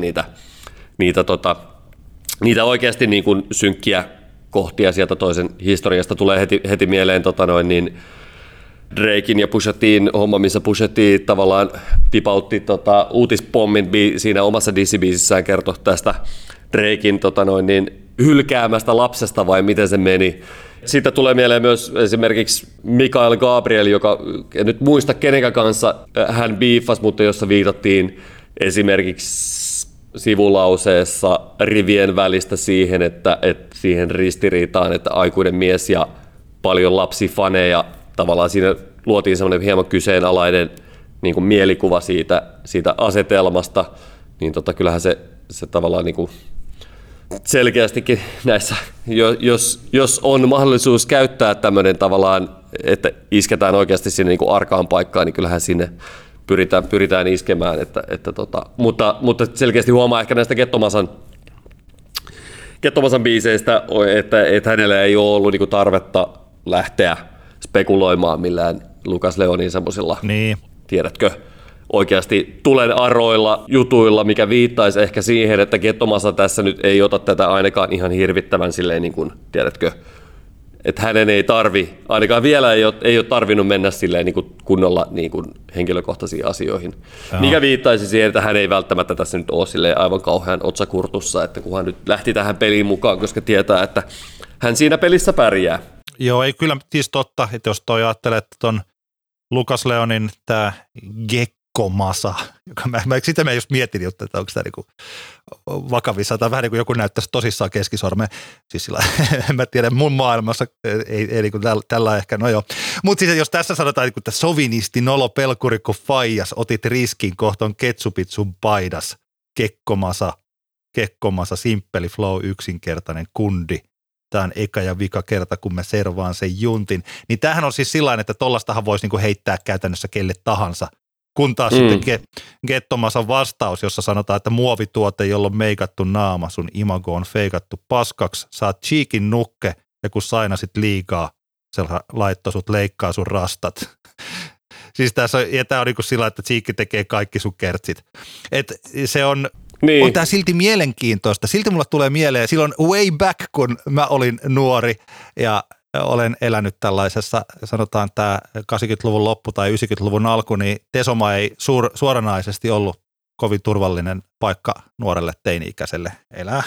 niitä oikeasti niin kuin synkkiä kohtia sieltä toisen historiasta. Tulee heti mieleen Draken ja Pusha T:n homma, missä Pusha T tavallaan tipautti uutispommin siinä omassa dissibiisissään, kertoi tästä Draken hylkäämästä lapsesta vai miten se meni. Siitä tulee mieleen myös esimerkiksi Mikael Gabriel, joka en nyt muista kenenkä kanssa hän biifasi, mutta jossa viitattiin esimerkiksi sivulauseessa rivien välistä siihen, että siihen ristiriitaan, että aikuinen mies ja paljon lapsifaneja, tavallaan siinä luotiin semmoinen hieman kyseenalainen niin kuin mielikuva siitä asetelmasta, niin kyllähän se tavallaan niin kuin selkeästikin näissä, jos on mahdollisuus käyttää tämmöinen tavallaan, että isketään oikeasti sinne niin kuin arkaan paikkaan, niin kyllähän sinne pyritään iskemään, mutta selkeästi huomaa ehkä näistä Gettomasan biiseistä, että hänellä ei ole ollut niinku tarvetta lähteä spekuloimaan millään Lucas Leonin semmoisilla, tiedätkö, oikeasti tulen aroilla jutuilla, mikä viittaisi ehkä siihen, että Gettomasa tässä nyt ei ota tätä ainakaan ihan hirvittävän silleen, niin kuin, tiedätkö, että hänen ei ainakaan vielä ei ole tarvinnut mennä silleen niin kuin kunnolla niin kuin henkilökohtaisiin asioihin. Joo. Mikä viittaisi siihen, että hän ei välttämättä tässä nyt ole silleen aivan kauhean otsakurtussa, että kun hän nyt lähti tähän peliin mukaan, koska tietää, että hän siinä pelissä pärjää. Joo, ei kyllä siis totta, että jos toi ajattelee, että ton Lucas Leonin tämä Kekkomasa, joka sitä mä just mietin, että onko tämä niinku vakavissa, tai vähän niin kuin joku näyttäisi tosissaan keskisormeen. Siis sillä, en mä tiedä, mun maailmassa ei niinku tällä ehkä, no joo. Mutta siis jos tässä sanotaan, että sovinisti, nolo, pelkurikko, faijas, otit riskin kohton ketsupit sun paidas, Kekkomasa, simppeli flow, yksinkertainen kundi. Tämä on eka ja vika kerta, kun mä servaan sen juntin. Niin tämähän on siis sillain, että tollastahan voisi niinku heittää käytännössä kelle tahansa. Kun taas sitten Gettomasan vastaus, jossa sanotaan, että muovituote, jolla on meikattu naama, sun imago on feikattu paskaksi, saat cheekin nukke ja kun sainasit liikaa, se laittoi sut leikkaa sun rastat. Siis tämä on niinku sillä, että cheekki tekee kaikki sun kertsit. Et se on... Niin. On tämä silti mielenkiintoista. Silti mulle tulee mieleen, silloin way back, kun mä olin nuori ja olen elänyt tällaisessa, sanotaan tämä 80-luvun loppu tai 90-luvun alku, niin Tesoma ei suoranaisesti ollut kovin turvallinen paikka nuorelle teini-ikäiselle elää.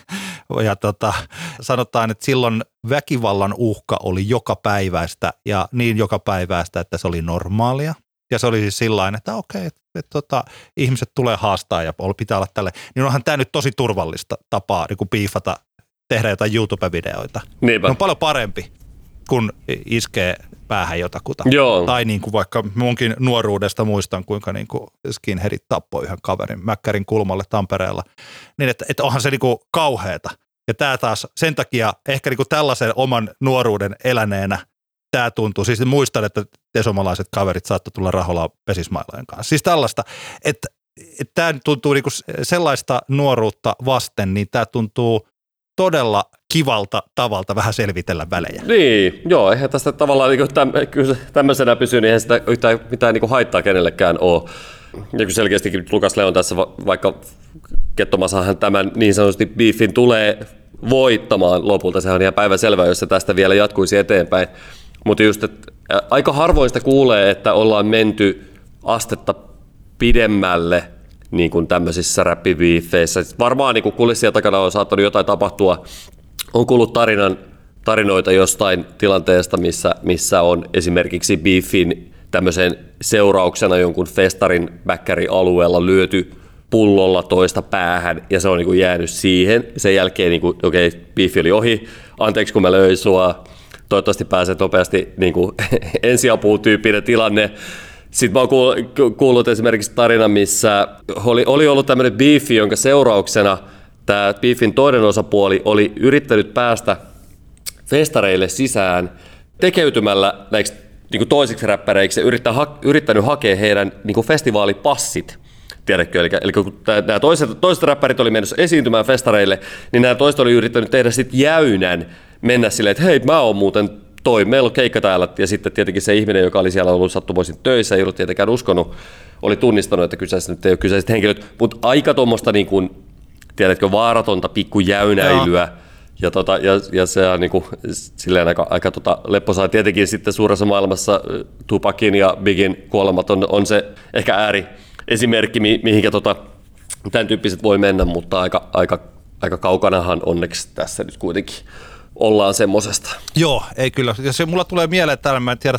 Ja sanotaan, että silloin väkivallan uhka oli jokapäiväistä ja niin jokapäiväistä, että se oli normaalia. Ja se oli siis sillain, että okei, että ihmiset tulee haastaa ja pitää olla tälle. Niin onhan tämä nyt tosi turvallista tapaa niin kuin piifata, tehdä jotain YouTube-videoita. Niinpä. On paljon parempi, kun iskee päähän jotakuta. Joo. Tai niin kuin vaikka munkin nuoruudesta muistan, kuinka niin kuin skinheadit tappoi yhden kaverin Mäkkärin kulmalle Tampereella. Niin että onhan se niin kuin kauheata. Ja tämä taas sen takia ehkä niin kuin tällaisen oman nuoruuden eläneenä tämä tuntuu. Siis muistan, että tesomalaiset kaverit saattoi tulla Raholaan pesismailojen kanssa. Siis tällaista, että tämä tuntuu niinku sellaista nuoruutta vasten, niin tämä tuntuu todella kivalta tavalta vähän selvitellä välejä. Niin, joo, eihän tästä tavallaan kyllä tämmöisenä pysyy, niin eihän sitä yhtään mitään niinku haittaa kenellekään ole. Ja kun selkeästikin Lukas Leon tässä, vaikka Kettomasahan tämän niin sanotusti beefin tulee voittamaan lopulta, sehän on ihan päivänselvää, jos se tästä vielä jatkuisi eteenpäin. Mutta just, että aika harvoin sitä kuulee, että ollaan menty astetta pidemmälle niin kuin tämmöisissä räppibiifeissä. Varmaan niin kulissien takana on saattanut jotain tapahtua. On kuullut tarinoita jostain tilanteesta, missä on esimerkiksi beefin tämmöisen seurauksena jonkun festarin bäkkärialueella lyöty pullolla toista päähän, ja se on niin kuin jäänyt siihen. Sen jälkeen, niin okei, beefi oli ohi, anteeksi kun mä löin sua, toivottavasti pääset nopeasti niin kuin ensiapuun tyyppinen tilanne. Sitten mä oon kuullut esimerkiksi tarina, missä oli ollut tämmöinen beefi, jonka seurauksena tämä beefin toinen osapuoli oli yrittänyt päästä festareille sisään tekeytymällä näiksi niin kuin toisiksi räppäreiksi ja yrittänyt hakea heidän niin kuin festivaalipassit. Tiedätkö? Eli kun nämä toiset räppärit oli menossa esiintymään festareille, niin nämä toiset oli yrittänyt tehdä sitten jäynän, mennä silleen, että hei, mä oon muuten meillä on keikka täällä, ja sitten tietenkin se ihminen, joka oli siellä ollut sattumoisin töissä, ei ollut tietenkään uskonut, oli tunnistanut, että kyseessä nyt ei ole kyseiset henkilöt, mutta aika tuommoista, niin kuin, tiedätkö, vaaratonta pikkujäynäilyä, ja se on niin kuin, silleen aika lepposaa. Tietenkin sitten suuressa maailmassa Tupacin ja Bigin kuolemat on se ehkä ääriesimerkki, mihinkä tämän tyyppiset voi mennä, mutta aika kaukanahan onneksi tässä nyt kuitenkin ollaan semmosesta. Joo, ei kyllä. Ja se mulla tulee mieleen täällä, mä en tiedä,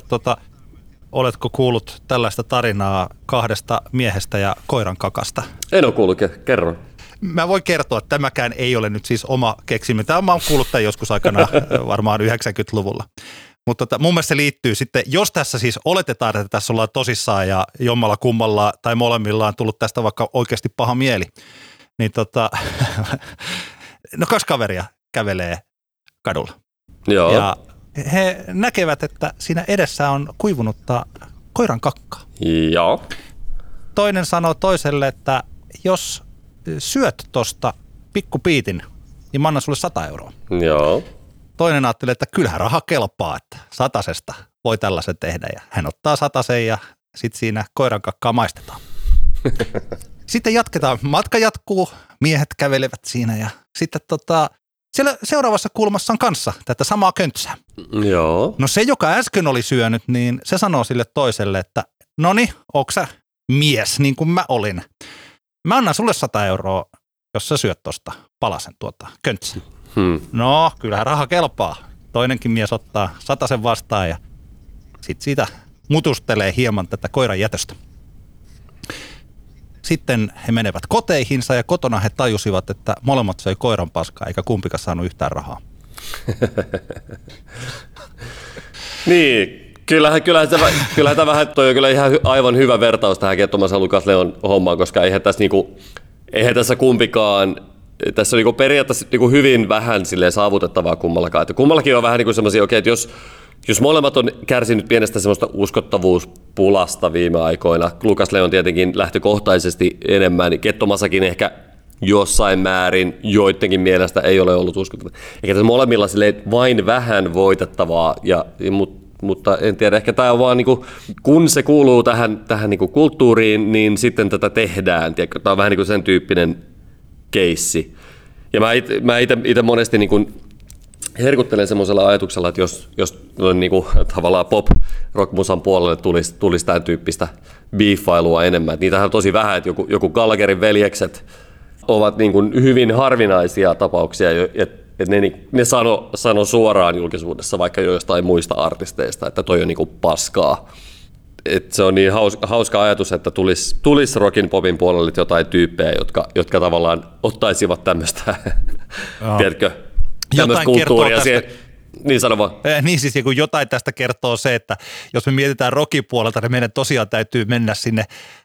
oletko kuullut tällaista tarinaa kahdesta miehestä ja koiran kakasta? En ole kuullut, kerro. Mä voin kertoa, että tämäkään ei ole nyt siis oma keksimä. Mä oon kuullut tämän joskus aikana varmaan 90-luvulla. Mutta mun mielestä se liittyy sitten, jos tässä siis oletetaan, että tässä ollaan tosissaan ja jommalla kummalla tai molemmilla on tullut tästä vaikka oikeasti paha mieli, niin no 2 kaveria kävelee kadulla. Joo. Ja he näkevät, että siinä edessä on kuivunutta koiran kakkaa. Joo. Toinen sanoo toiselle, että jos syöt tosta pikkupiitin, niin mä annan sulle 100 euroa. Joo. Toinen ajattelee, että kyllähän raha kelpaa, että 100 voi tällaisen tehdä. Ja hän ottaa 100 ja sitten siinä koiran kakkaa maistetaan. Sitten jatketaan. Matka jatkuu, miehet kävelevät siinä ja sitten siellä seuraavassa kulmassa on kanssa tätä samaa köntsää. Joo. No se, joka äsken oli syönyt, niin se sanoo sille toiselle, että noni, ootko sä mies niin kuin mä olin? Mä annan sulle 100 euroa, jos sä syöt tosta palasen köntsää. No, kyllähän raha kelpaa. Toinenkin mies ottaa 100 vastaan ja sit siitä mutustelee hieman tätä koiran jätöstä. sitten he menevät koteihinsa ja kotona he tajusivat, että molemmat söi koiran paskaa eikä kumpikaan saanut yhtään rahaa. Niin, kyllähän tämä vähän toi on kyllä ihan aivan hyvä vertaus tähän Kettomasen Lukas Leon hommaan, koska eihän tässä kumpikaan, tässä on niinku periaatteessa niinku hyvin vähän silleen saavutettavaa kummallakaan. Että kummallakin on vähän niinku semmoisia, okei, että jos molemmat on kärsinyt pienestä semmoista uskottavuuspulasta viime aikoina, Lukas Leon tietenkin lähtökohtaisesti enemmän, niin Kettomasakin ehkä jossain määrin joidenkin mielestä ei ole ollut uskottavaa. Eikä tässä molemmilla vain vähän voitettavaa, mutta en tiedä, ehkä tämä on vaan, kun se kuuluu tähän kulttuuriin, niin sitten tätä tehdään. Tiedätkö? Tämä on vähän sen tyyppinen keissi. Ja mä itse monesti herkuttelen semmoisella ajatuksella, että jos tavallaan pop-rock-musan puolelle tulisi tämän tyyppistä beefailua enemmän. Että niitähän on tosi vähän, että joku Gallagherin veljekset ovat hyvin harvinaisia tapauksia, että ne sano suoraan julkisuudessa vaikka jo jostain muista artisteista, että toi on paskaa. Et se on niin hauska ajatus, että tulisi rockin popin puolelle jotain tyyppejä, jotka tavallaan ottaisivat tämmöistä, tiedätkö, tämmöistä kulttuuria siihen. Niin sano vaan. Niin siis kun jotain tästä kertoo se, että jos me mietitään rockin puolelta, niin meidän tosiaan täytyy mennä sinne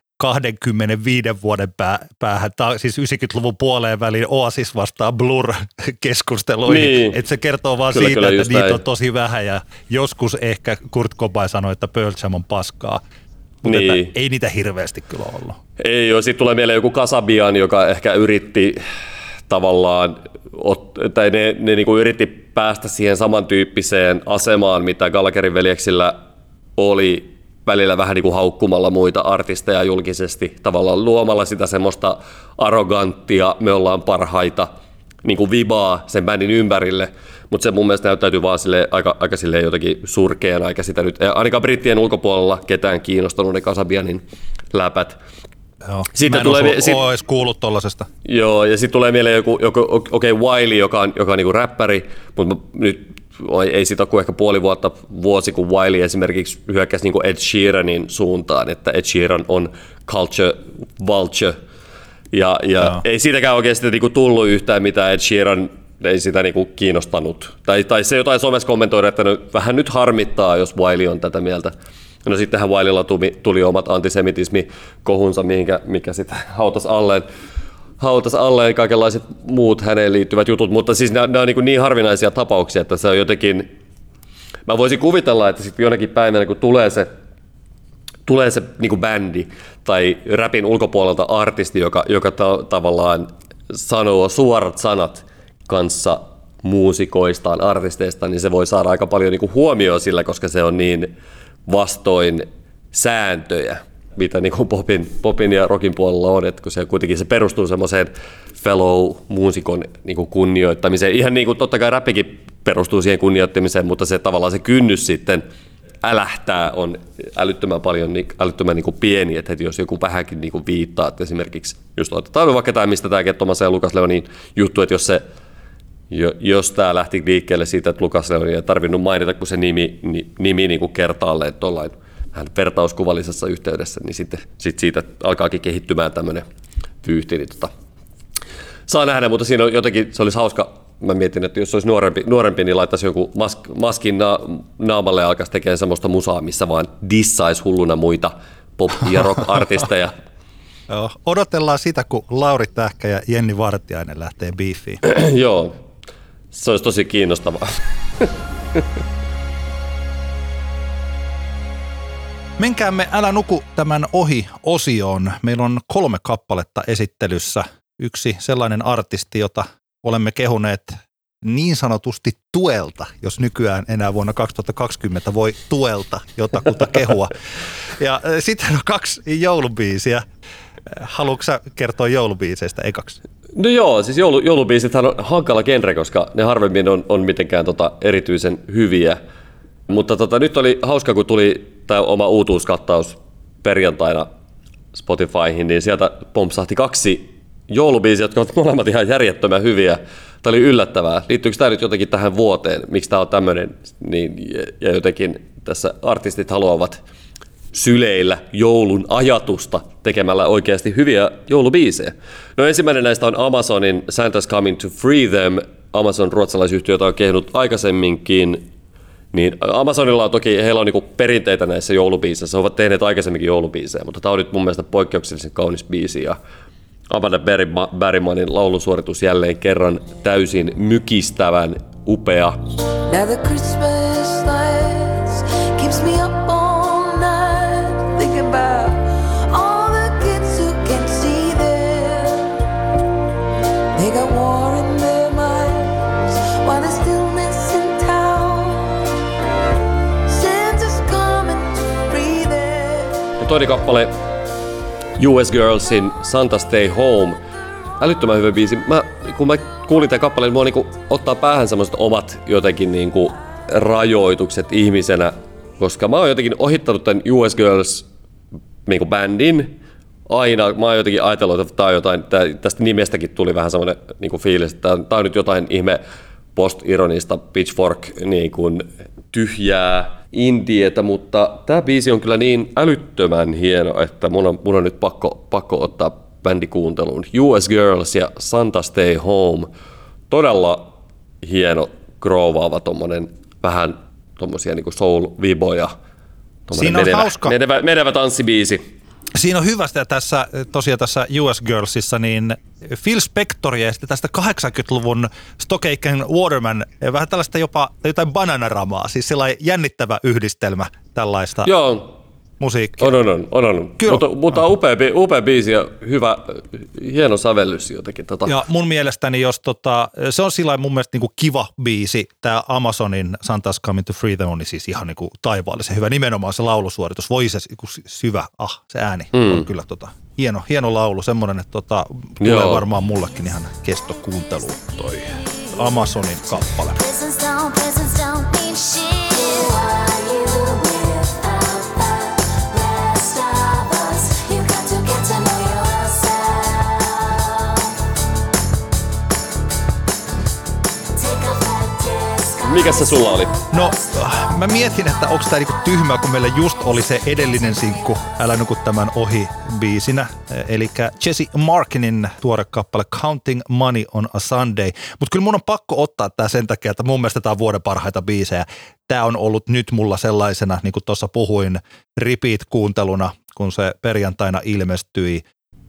25 vuoden päähän, siis 90-luvun puoleen väliin Oasis vastaan Blur-keskusteluihin. Niin. Että se kertoo vaan siitä, että niitä näin on tosi vähän ja joskus ehkä Kurt Cobain sanoi, että Pearl Jam on paskaa. Mutta niin. Ei niitä hirveästi kyllä ollut. Ei ole. Sitten tulee mieleen joku Kasabian, joka ehkä yritti tavallaan, tai ne yritti päästä siihen samantyyppiseen asemaan, mitä Gallagherin veljeksillä oli, välillä vähän haukkumalla muita artisteja julkisesti, tavallaan luomalla sitä semmoista arroganttia, me ollaan parhaita, vibaa sen bändin ympärille, mutta se mun mielestä näyttäytyy vaan aika silleen jotenkin surkeana, eikä sitä nyt, ainakaan brittien ulkopuolella ketään kiinnostanut ne Kasabianin läpät. Joo, sitten mä en ole edes kuullut tollasesta. Joo, ja sitten tulee mieleen joku Wiley, joka on räppäri, mutta nyt ei siitä ole kuin ehkä vuosi, kun Wiley esimerkiksi hyökkäsi Ed Sheeranin suuntaan, että Ed Sheeran on culture vulture, ja ei siitäkään oikeasti tullut yhtään mitään. Ed Sheeran ei sitä kiinnostanut. Tai se jotain somessa kommentoida, että vähän nyt harmittaa, jos Wiley on tätä mieltä. No sittenhän Wileylla tuli omat antisemitismikohunsa, mikä sitten hautasi alleen kaikenlaiset muut häneen liittyvät jutut, mutta siis nämä on niin harvinaisia tapauksia, että se on jotenkin, mä voisin kuvitella, että sitten jonakin päivänä, kun tulee se bändi tai räpin ulkopuolelta artisti, joka tavallaan sanoo suorat sanat kanssa muusikoistaan, artisteista, niin se voi saada aika paljon huomioon sillä, koska se on niin vastoin sääntöjä, mitä popin ja rockin puolella on, että kun se kuitenkin se perustuu semmoiseen fellow-muusikon kunnioittamiseen. Ihan totta kai räppikin perustuu siihen kunnioittamiseen, mutta se tavallaan se kynnys sitten älähtää on älyttömän paljon, älyttömän pieni, että jos joku vähänkin viittaa, että esimerkiksi just otetaan vaikka tämä, mistä tämä Kettomasen ja Lukas Leonin juttu, että jos tämä lähti liikkeelle siitä, että Lukas Leonin ei tarvinnut mainita, kun se nimi kertaalleen tuollain vähän vertauskuvallisessa yhteydessä, niin sitten siitä alkaakin kehittymään tämmöinen vyyhti. Niin saa nähdä, mutta siinä on jotenkin, se olisi hauska. Mä mietin, että jos olisi nuorempi niin laittaisi jonkun maskin naamalle ja alkaisi tekemään semmoista musaa, missä vaan dissaisi hulluna muita pop- ja rock-artisteja. Joo, odotellaan sitä, kun Lauri Tähkä ja Jenni Vartiainen lähtee beefiin. Joo, se olisi tosi kiinnostavaa. Menkäämme Älä nuku tämän ohi-osioon. Meillä on 3 kappaletta esittelyssä. Yksi sellainen artisti, jota olemme kehuneet niin sanotusti tuelta, jos nykyään enää vuonna 2020 voi tuelta jotakuta kehua. Ja sitten on 2 joulubiisiä. Haluatko sä kertoa joulubiiseistä ekaksi? No joo, siis joulubiisithän on hankala genre, koska ne harvemmin on mitenkään erityisen hyviä. Mutta nyt oli hauska, kun tuli tämä oma uutuuskattaus perjantaina Spotifyhin, niin sieltä pompsahti 2 joulubiisiä, jotka ovat molemmat ihan järjettömän hyviä. Tämä oli yllättävää. Liittyykö tämä nyt jotenkin tähän vuoteen? Miksi tämä on tämmöinen? Niin, ja jotenkin tässä artistit haluavat syleillä joulun ajatusta tekemällä oikeasti hyviä joulubiisejä. No ensimmäinen näistä on Amazonin Santa's Coming to Free Them. Amazon ruotsalaisyhtiö, jota on kehdut aikaisemminkin. Niin Amazonilla on toki, heillä on niinku perinteitä näissä joulubiiseissä. He ovat tehneet aikaisemminkin joulubiisejä, mutta tämä on nyt mun mielestä poikkeuksellisen kaunis biisi. Ja Amanda Berrymanin laulusuoritus jälleen kerran täysin mykistävän upea. Now the Christmas lights keeps me up all night thinking about all the kids who can't see them. They got war in their minds while there's stillness in town. Santa's coming to free them. Ja toinen kappale US Girlsin Santa Stay Home. Älyttömän hyvä biisi. Kun mä kuulin tämän kappaleen, mua niinku ottaa päähän semmoiset omat jotenkin niinku rajoitukset ihmisenä, koska mä oon jotenkin ohittanut tämän US Girls niinku bändin aina. Mä oon jotenkin ajatellut, että tää on jotain, tästä nimestäkin tuli vähän semmoinen niinku fiilis, että tää on nyt jotain ihme post-ironista Pitchfork niin kuin tyhjää indietä, mutta tää biisi on kyllä niin älyttömän hieno, että mun on nyt pakko ottaa bändikuunteluun. US Girls ja Santa Stay Home. Todella hieno, groovaava tommonen vähän tommosia niinku soul-viboja. Siinä on hauska. Menevä tanssibiisi. Siinä on hyvästä tässä US Girlsissa, niin Phil Spector ja sitten tästä 80-luvun Stockaken Waterman, vähän tällaista jopa jotain bananaramaa, siis sellainen jännittävä yhdistelmä tällaista. Joo. Musiikkia. On. Mutta upea biisi ja hyvä, hieno sävellys jotenkin. Ja mun mielestäni, jos se on sillä mun mielestä niinku kiva biisi, tämä Amazonin Santa's Coming to Free Them on siis ihan niinku taivaallisen hyvä. Nimenomaan se laulusuoritus, voi se syvä, se ääni on kyllä hieno laulu, semmoinen, että tulee varmaan mullekin ihan kestokuunteluun toi Amazonin kappale. Mikäs se sulla oli? No, mä mietin, että onko tää niinku tyhmää, kun meillä just oli se edellinen sinkku Älä nuku tämän ohi biisinä. Eli Jesse Markinin tuore kappale Counting Money on a Sunday. Mutta kyllä mun on pakko ottaa tää sen takia, että mun mielestä tää on vuoden parhaita biisejä. Tää on ollut nyt mulla sellaisena, niin kuin tuossa puhuin, repeat-kuunteluna, kun se perjantaina ilmestyi.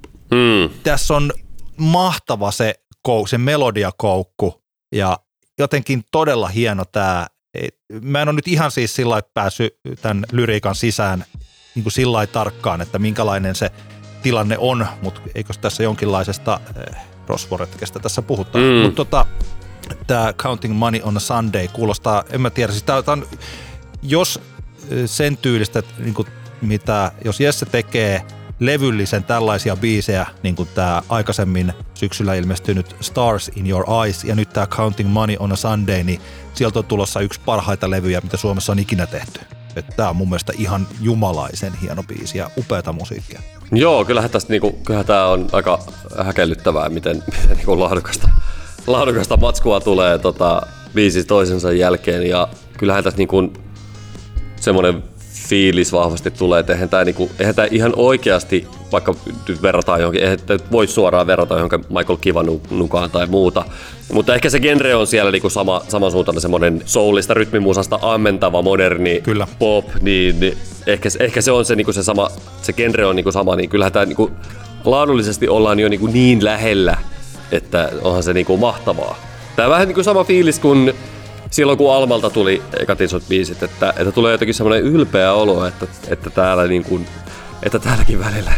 Tässä on mahtava se melodiakoukku ja jotenkin todella hieno tämä. Mä en ole nyt ihan siis sillä lailla päässyt tämän lyriikan sisään niin kuin sillä lailla tarkkaan, että minkälainen se tilanne on, mutta eikö tässä jonkinlaisesta rosvoretkestä tässä puhutaan. Mutta tämä Counting Money on a Sunday kuulostaa, en mä tiedä, siis tää on, jos sen tyylistä, niin kuin mitä, jos Jesse tekee levyllisen tällaisia biisejä, niin kuin tämä aikaisemmin syksyllä ilmestynyt Stars in Your Eyes ja nyt tämä Counting Money on a Sunday, niin sieltä on tulossa yksi parhaita levyjä, mitä Suomessa on ikinä tehty. Tämä on mun mielestä ihan jumalaisen hieno biisi ja upeata musiikkia. Joo, kyllähän tämä on aika häkellyttävää, miten niinku laadukasta matskua tulee biisi toisensa jälkeen ja kyllähän tässä niinku semmoinen fiilis vahvasti tulee, että eihän tämä ihan oikeasti, vaikka nyt verrataan johonkin, eihän voi suoraan verrata johonkin Michael Kivanukaan tai muuta, mutta ehkä se genre on siellä niinku samansuuntainen semmoinen soulista, rytmimusasta ammentava, moderni Kyllä. pop, niin ehkä se on se, niinku se sama, se genre on niinku sama, niin kyllähän tämä niinku laadullisesti ollaan jo niinku niin lähellä, että onhan se niinku mahtavaa. Tämä on vähän niinku sama fiilis kuin silloin kun Almalta tuli ekat isot biisit, että tulee jotenkin semmoinen ylpeä olo, että täällä niin kuin, että täälläkin välillä.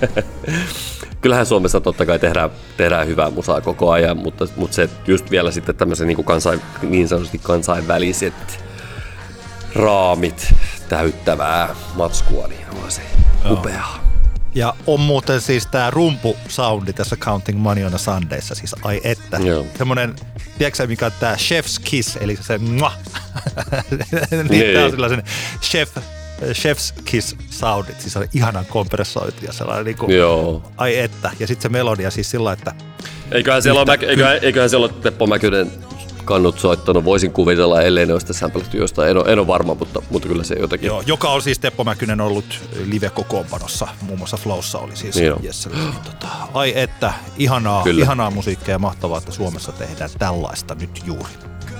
Kyllähän Suomessa totta kai tehdään hyvää musaa koko ajan, mutta se just vielä sitten tämmöisen niin sanotusti kansainväliset raamit täyttävää matskua, niin on se upeaa. Ja on muuten siis tää rumpusoundi tässä Counting Money on a Sundayssa, siis ai että. Semmonen, tiedätkö mikä on tää chef's kiss, eli se mwah. Niin tää on sellaisen chef's kiss soundit, siis on ihanan kompressoitu ja sellainen niinku, ai että. Ja sit se melodia siis sillä, että... Eiköhän siellä ole Teppo Mäkynen kannut soittanut. Voisin kuvitella, ellei ne olisi samplettu jostain. En ole varma, mutta kyllä se jotakin. Joo, joka on siis Teppo Mäkynen ollut live-kokoonpanossa. Muun muassa Flowssa oli siis niin Jessellä. Ai että, ihanaa musiikkia ja mahtavaa, että Suomessa tehdään tällaista nyt juuri.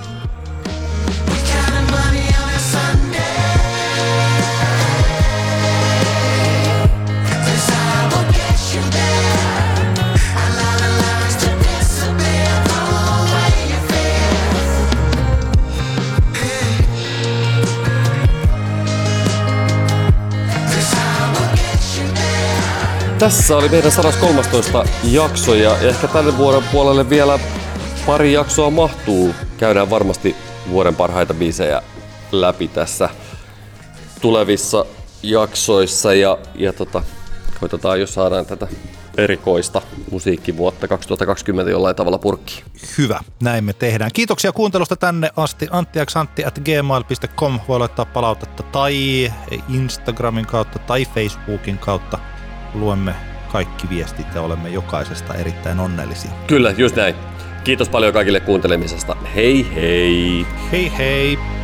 Tässä oli meidän 113 jakso ja ehkä tälle vuoden puolelle vielä pari jaksoa mahtuu. Käydään varmasti vuoden parhaita biisejä läpi tässä tulevissa jaksoissa ja koitetaan, jos saadaan tätä erikoista musiikkivuotta 2020 jollain tavalla purkkiin. Hyvä, näin me tehdään. Kiitoksia kuuntelusta tänne asti. anttiaksantti@gmail.com voi laittaa palautetta tai Instagramin kautta tai Facebookin kautta. Luemme kaikki viestit ja olemme jokaisesta erittäin onnellisia. Kyllä, just näin. Kiitos paljon kaikille kuuntelemisesta. Hei hei! Hei hei!